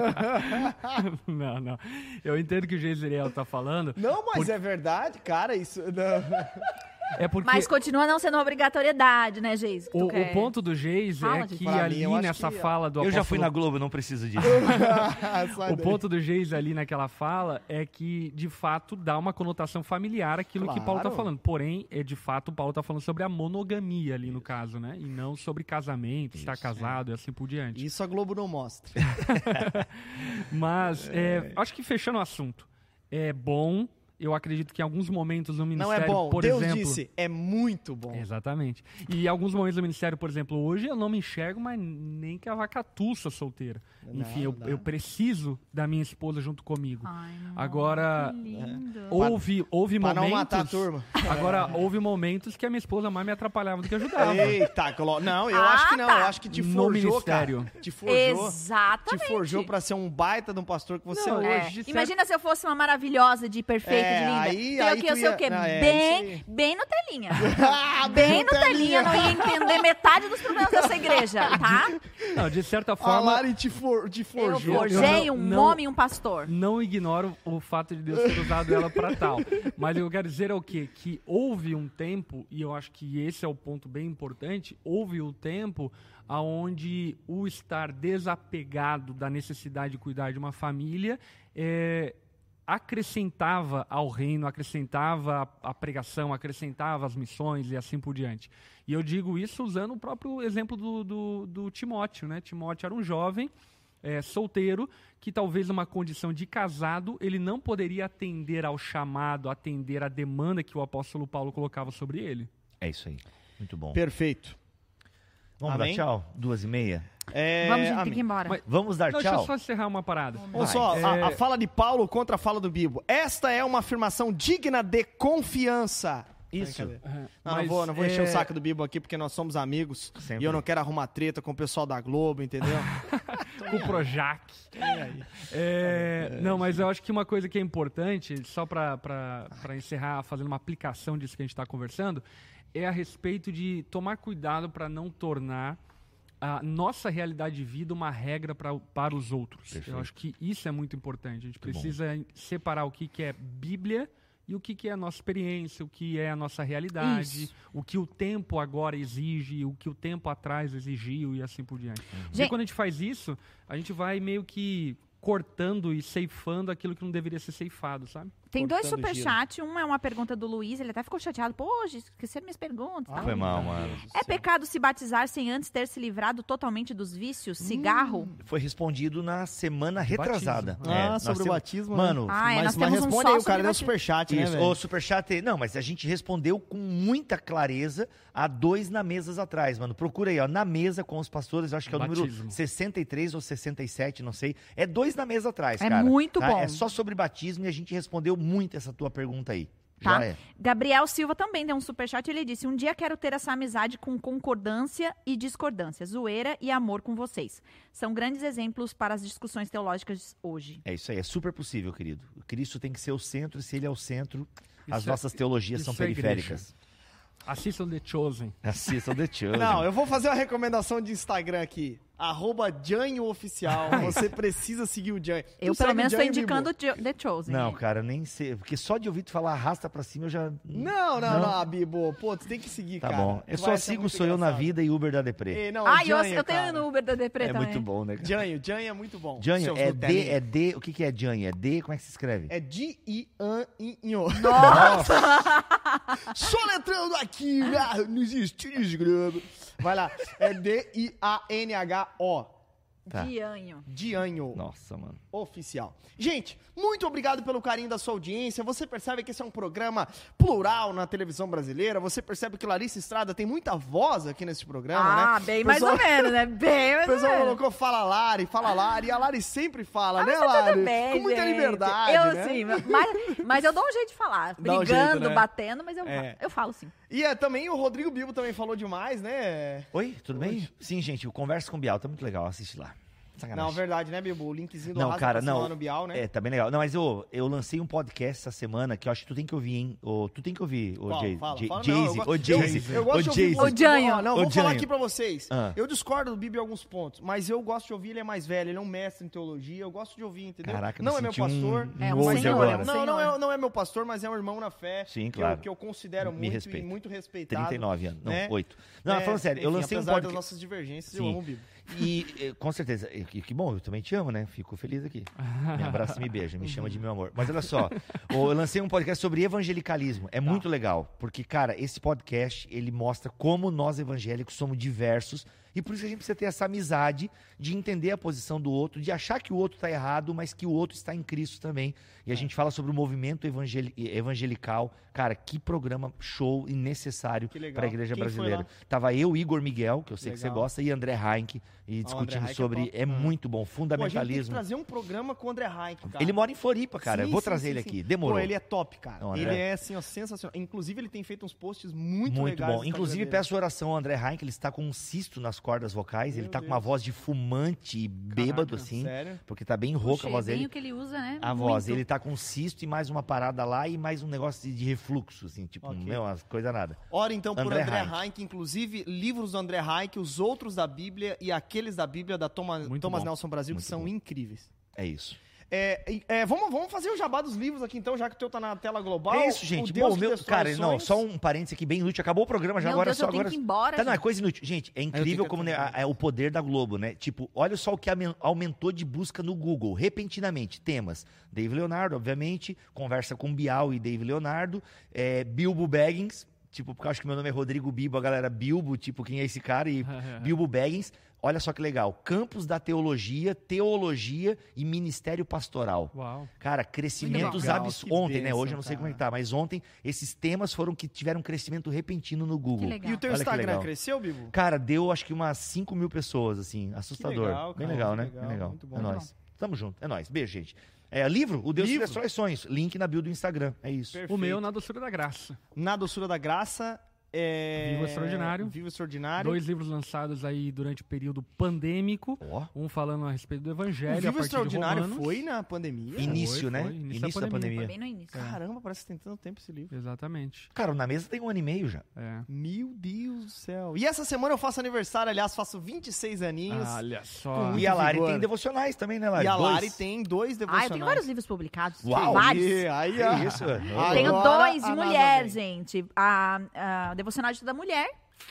Não, não. Eu entendo o que o Geiseriel tá falando. Não, mas é verdade, cara, isso... Não. É porque Mas continua não sendo uma obrigatoriedade, né, Geis? que tu o, quer. o ponto do Geis Fala, é gente. que Pra mim, ali eu acho nessa que- fala do Eu já fui apóstolo na Globo, não preciso disso. Sai O daí. ponto do Geis ali naquela fala é que, de fato, dá uma conotação familiar aquilo que Paulo tá Claro. falando. Porém, é de fato, Paulo tá falando sobre a monogamia ali no caso, né? E não sobre casamento, estar casado e assim por diante. Isso a Globo não mostra. Mas, é, acho que fechando o assunto, é bom, eu acredito que em alguns momentos no Não ministério, é bom. por Deus exemplo... disse, é muito bom. Exatamente. E em alguns momentos do ministério, por exemplo, hoje eu não me enxergo, mas nem que a vaca tussa solteira. Não, Enfim, eu, não. eu preciso da minha esposa junto comigo. Ai, não, Agora, que lindo. Houve, houve Pra momentos... não matar a turma. Agora, houve momentos que a minha esposa mais me atrapalhava do que ajudava. Eita, Colo... não, eu Ah, acho que não. tá. Eu acho que te No forjou, ministério. cara. Te forjou. Exatamente. Te forjou pra ser um baita de um pastor que você Não, é é. hoje. de Imagina se eu fosse uma maravilhosa, de perfeita, É, de linda. aí- Sei aí o que, tu eu sei o ia- quê? não, é, bem, isso aí. bem Nutelinha. Ah, Bem Nutelinha. Nutelinha, não ia entender metade dos problemas dessa igreja, tá? Não, de certa A forma, Lari te, for... te Eu forjou. forjei eu um não- homem e um pastor. não ignoro o fato de Deus ter usado ela para tal. Mas eu quero dizer é o quê? Que houve um tempo, e eu acho que esse é o ponto bem importante, houve um tempo onde o estar desapegado da necessidade de cuidar de uma família é, acrescentava ao reino, acrescentava a, a pregação, acrescentava as missões e assim por diante. E eu digo isso usando o próprio exemplo do, do, do Timóteo, né? Timóteo era um jovem é, solteiro, que talvez numa condição de casado, ele não poderia atender ao chamado, atender à demanda que o apóstolo Paulo colocava sobre ele. É isso aí. Muito bom. Perfeito. Vamos Amém? dar tchau? Duas e meia? É, Vamos, gente, tem amém. que ir embora. Mas- Vamos dar Não, deixa eu tchau? só encerrar uma parada. Olha só, É, a, a fala de Paulo contra a fala do Bibo. Esta é uma afirmação digna de confiança. Isso. Não, não Mas, vou, não vou encher é, o saco do Bibo aqui, porque nós somos amigos. Sempre. E eu não quero arrumar treta com o pessoal da Globo, entendeu? com o Projac. É, não, mas eu acho que uma coisa que é importante, só para encerrar, fazendo uma aplicação disso que a gente está conversando, é a respeito de tomar cuidado para não tornar a nossa realidade de vida uma regra pra, para os outros. Perfeito. Eu acho que isso é muito importante. A gente Muito bom. precisa separar o que, que é Bíblia e o que, que é a nossa experiência, o que é a nossa realidade, Isso. o que o tempo agora exige, o que o tempo atrás exigiu e assim por diante. Porque Gente- quando a gente faz isso, a gente vai meio que cortando e ceifando aquilo que não deveria ser ceifado, sabe? Tem dois Cortando superchats. Um é uma pergunta do Luiz, ele até ficou chateado. Pô, esqueceram minhas perguntas. Ah, tal. Foi mal, mano. É pecado se batizar sem antes ter se livrado totalmente dos vícios? Cigarro? Foi respondido na semana retrasada. batismo. É, Ah, nós sobre o temos- batismo. Mano, né? Ah, é, mas, nós mas temos um responde só aí, o sobre cara deu batismo. superchat, né, isso, velho? o Superchat, não, mas a gente respondeu com muita clareza a dois na mesas atrás, mano. Procura aí, ó, na mesa com os pastores, eu acho que é o número Batismo. sessenta e três ou sessenta e sete, não sei. É dois na mesa atrás, É cara. muito tá? bom. É só sobre batismo e a gente respondeu muito essa tua pergunta aí. Tá? Já é. Gabriel Silva também deu um superchat. Ele disse: um dia quero ter essa amizade com concordância e discordância, zoeira e amor com vocês. São grandes exemplos para as discussões teológicas hoje. É isso aí, é super possível, querido. O Cristo tem que ser o centro, e se ele é o centro, as Isso é- nossas teologias isso são é periféricas. Assistam The Chosen. Assistam The Chosen. Não, eu vou fazer uma recomendação de Instagram aqui. Arroba Janho Oficial. Você precisa seguir o Janho. Eu, Tu pelo segue menos, o estou Janho, indicando Bibo? o The Chosen. Não, cara, nem sei. Porque só de ouvir tu falar arrasta pra cima eu já. Não, não, Não? não, Bibo. Pô, tu tem que seguir, Tá cara. bom. Tu Eu só vai ser sigo muito Sou Eu na engraçado. Vida e Uber da Deprê. Ei, não, Ah, eu, Janho, eu tenho cara. no Uber da Deprê É também. muito bom, né, cara? Janho, Janho é muito bom. Janho, Seus é D, Nutelinha. é D. O que, que é Janho? É D, como é que se escreve? É D-I-A-N-O. Nossa! Só letrando aqui ah, nos estúdios de Globo. Vai lá. É D-I-A-N-H-O. Tá. Dianho. Dianho. Nossa, mano. Oficial. Gente, muito obrigado pelo carinho da sua audiência. Você percebe que esse é um programa plural na televisão brasileira. Você percebe que Larissa Estrada tem muita voz aqui nesse programa, né? Ah, bem mais ou menos, né? Bem O mais ou pessoal menos. colocou Fala Lari, Fala Lari. E a Lari sempre fala, Ah, né, mas tá Lari? tudo bem, Com muita gente. liberdade, eu, né? sim, mas, mas eu dou um jeito de falar. Dá um Brigando, jeito, né? batendo, mas eu, É. eu falo sim. E é, também o Rodrigo Bibo também falou demais, né? Oi, tudo bem? Sim, gente, o Conversa com Bial tá muito legal, assiste lá. Sacanagem. Não, verdade, né, Bibo? O linkzinho do Não, Arrasa cara, pra cima não. lá no Bial, né? É, tá bem legal. Não, mas eu, eu lancei um podcast essa semana que eu acho que tu tem que ouvir, hein? Ô, tu tem que ouvir, ô Qual? Jay- Fala, Jay- fala. Não, Jay-Z. eu Ô, gosto- eu- Jay-Z. Eu gosto Ô, de ouvir Jay-Z. você. Ô, Janho. Ó, Não, Ô, vou falar Janho. aqui pra vocês. Ah. Eu discordo do Bibo em alguns pontos, mas eu gosto de ouvir, ele é mais velho, ele é um mestre em teologia, eu gosto de ouvir, entendeu? Caraca, eu não me é meu senti um- pastor, É, um mas senhor, agora- é um não, não, senhor. é, não é meu pastor, mas é um irmão na fé. Sim, que claro. eu, que eu considero Me muito respeito. e muito respeitado. trinta e nove anos. Não, né? oito. Não, É, falando sério, eu enfim, lancei um apesar das podcast. nossas divergências, eu Sim. amo o Bibo. E, eh, com certeza, e que, que bom, eu também te amo, né? Fico feliz aqui. Me abraça e me beija, me chama de meu amor. Mas olha só, eu lancei um podcast sobre evangelicalismo. É muito legal, porque, cara, esse podcast, ele mostra como nós evangélicos somos diversos e por isso que a gente precisa ter essa amizade de entender a posição do outro, de achar que o outro está errado, mas que o outro está em Cristo também. E a gente fala sobre o movimento evangeli- evangelical. Cara, que programa show e necessário Que legal. para a igreja Quem foi brasileira. lá? Tava eu, Igor Miguel, que eu sei que você Legal. gosta, e André Heinck, e Ah, o discutindo André Heinck é sobre. top. É, Ah. muito bom, Pô, a gente tem que fundamentalismo. trazer um programa com o André Heinck, cara. Ele mora em Floripa, cara. eu Sim, vou sim, trazer sim, ele sim. aqui. Demorou. Pô, ele é top, cara. Não, André- ele é, assim, ó, sensacional. Inclusive, ele tem feito uns posts muito, Muito legais. bom. no Inclusive, Instagram dele. peço oração ao André Heinck, ele está com um cisto nas cordas vocais, Meu ele tá com Deus. uma voz de fumante e bêbado, Caraca, assim. sério? Porque tá bem rouca Puxa, a voz é bem dele. o que ele usa, né? A Muito. voz, ele tá com um cisto e mais uma parada lá e mais um negócio de refluxo, assim, tipo, Ok. meu, uma coisa nada. Ora, então, por André André, Heinck. Heinck, inclusive, livros do André Heinck, os outros da Bíblia e aqueles da Bíblia da Toma, Muito Thomas bom. Nelson Brasil, Muito que são bom. incríveis. É isso. É, e- é, vamos, vamos fazer o jabá dos livros aqui, então, já que o teu tá na tela global. É isso, O gente. Deus Bom, que meu, destrói cara, não, sonhos. só um parênteses aqui bem inútil. Acabou o programa já, Meu agora Deus, só eu tenho agora. que ir embora, Tá, não, é gente. coisa inútil. Gente, é incrível que como né, atender. a- é o poder da Globo, né? Tipo, olha só o que amen- aumentou de busca no Google, repentinamente. Temas: Dave Leonardo, obviamente, conversa com Bial e Dave Leonardo, é, Bilbo Baggins, tipo, porque eu acho que meu nome é Rodrigo Bibo, a galera Bilbo, tipo, quem é esse cara? E Bilbo Baggins. Olha só que legal. Campos da Teologia, Teologia e Ministério Pastoral. Uau. Cara, crescimentos legal, absurdos. que Ontem, né? bênção, Hoje eu não sei cara. como é que tá, mas ontem esses temas foram que tiveram um crescimento repentino no Google. Que legal. E o teu Olha que Instagram legal. cresceu, Bibo? Cara, deu acho que umas cinco mil pessoas, assim, assustador. legal, Bem cara, legal, que né? legal, Bem legal. muito bom, É muito nóis. Tamo junto, é nóis. Beijo, gente. É, livro, O Deus que Livro. Destrói Sonhos. Link na bio do Instagram. É isso. Perfeito. O meu, Na Doçura da Graça. Na Doçura da Graça. É... Vivo Extraordinário. Vivo Extraordinário. Dois livros lançados aí durante o período pandêmico. Ó. Um falando a respeito do O Evangelho, a Vivo partir de Extraordinário Romanos. foi na pandemia? Início, Foi, né? foi, início Início, da da pandemia. pandemia. Foi bem no início. Caramba, parece que tem tanto tempo esse livro. Exatamente. Cara, o Na Mesa tem um ano e meio já. É. Meu Deus do céu. E essa semana eu faço aniversário, aliás, faço vinte e seis aninhos. Olha só. Com muito E a Lari vigor. tem devocionais também, né, Lari? E a Dois? Lari tem dois Ah, devocionais. eu tenho vários livros publicados. Uau. Vários. E aí, Que ó. isso, velho. Agora Tenho dois de a NASA mulher, vem. gente. A, a Devocional de Toda Mulher.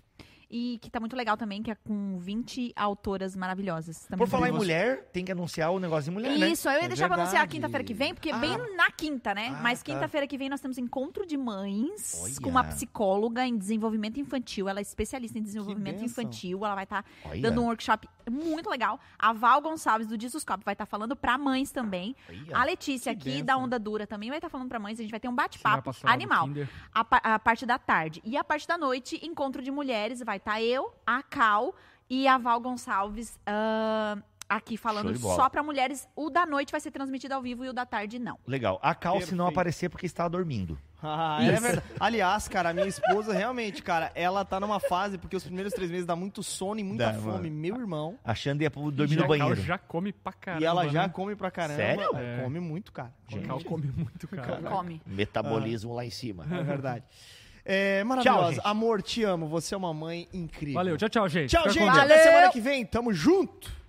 E que tá muito legal também, que é com vinte autoras maravilhosas. Também Por falar em muito mulher, tem que anunciar o negócio de mulher, né? Isso, eu ia É deixar pra anunciar verdade. quinta-feira que vem, porque Ah. bem na quinta, né? Ah, Mas tá. quinta-feira que vem nós temos encontro de mães Olha. com uma psicóloga em desenvolvimento infantil. Ela é especialista em desenvolvimento bênção. infantil. Ela vai estar Olha. dando um workshop muito legal. A Val Gonçalves, do Discoscope, vai estar falando pra mães também. Olha. A Letícia, Que aqui bênção. da Onda Dura, também vai estar falando pra mães. A gente vai ter um Auxiliar bate-papo pastoral do animal. Kinder. A, pa- a parte da tarde. E a parte da noite, encontro de mulheres. Vai estar eu, a Cal e a Val Gonçalves ah, aqui Show falando de bola. só pra mulheres. O da noite vai ser transmitido ao vivo e o da tarde não. Legal. A Cal, se não Perfeito. aparecer, porque está dormindo. Ah, é Isso. verdade. Aliás, cara, a minha esposa realmente, cara, ela tá numa fase, porque os primeiros três meses dá muito sono e muita Dá, fome. mano. Meu irmão. Achando ia dormir Já- no banheiro. Cal já come pra caramba. e ela já né? come pra caramba. Sério? É, É. Come muito, cara. O Cal come muito, cara. Come. Metabolismo lá em cima. É verdade. É maravilhosa. gente. Amor, te amo. Você é uma mãe incrível. Valeu, tchau, tchau, gente. Tchau, Fica com gente. Deus. Até Valeu. semana que vem. Tamo junto.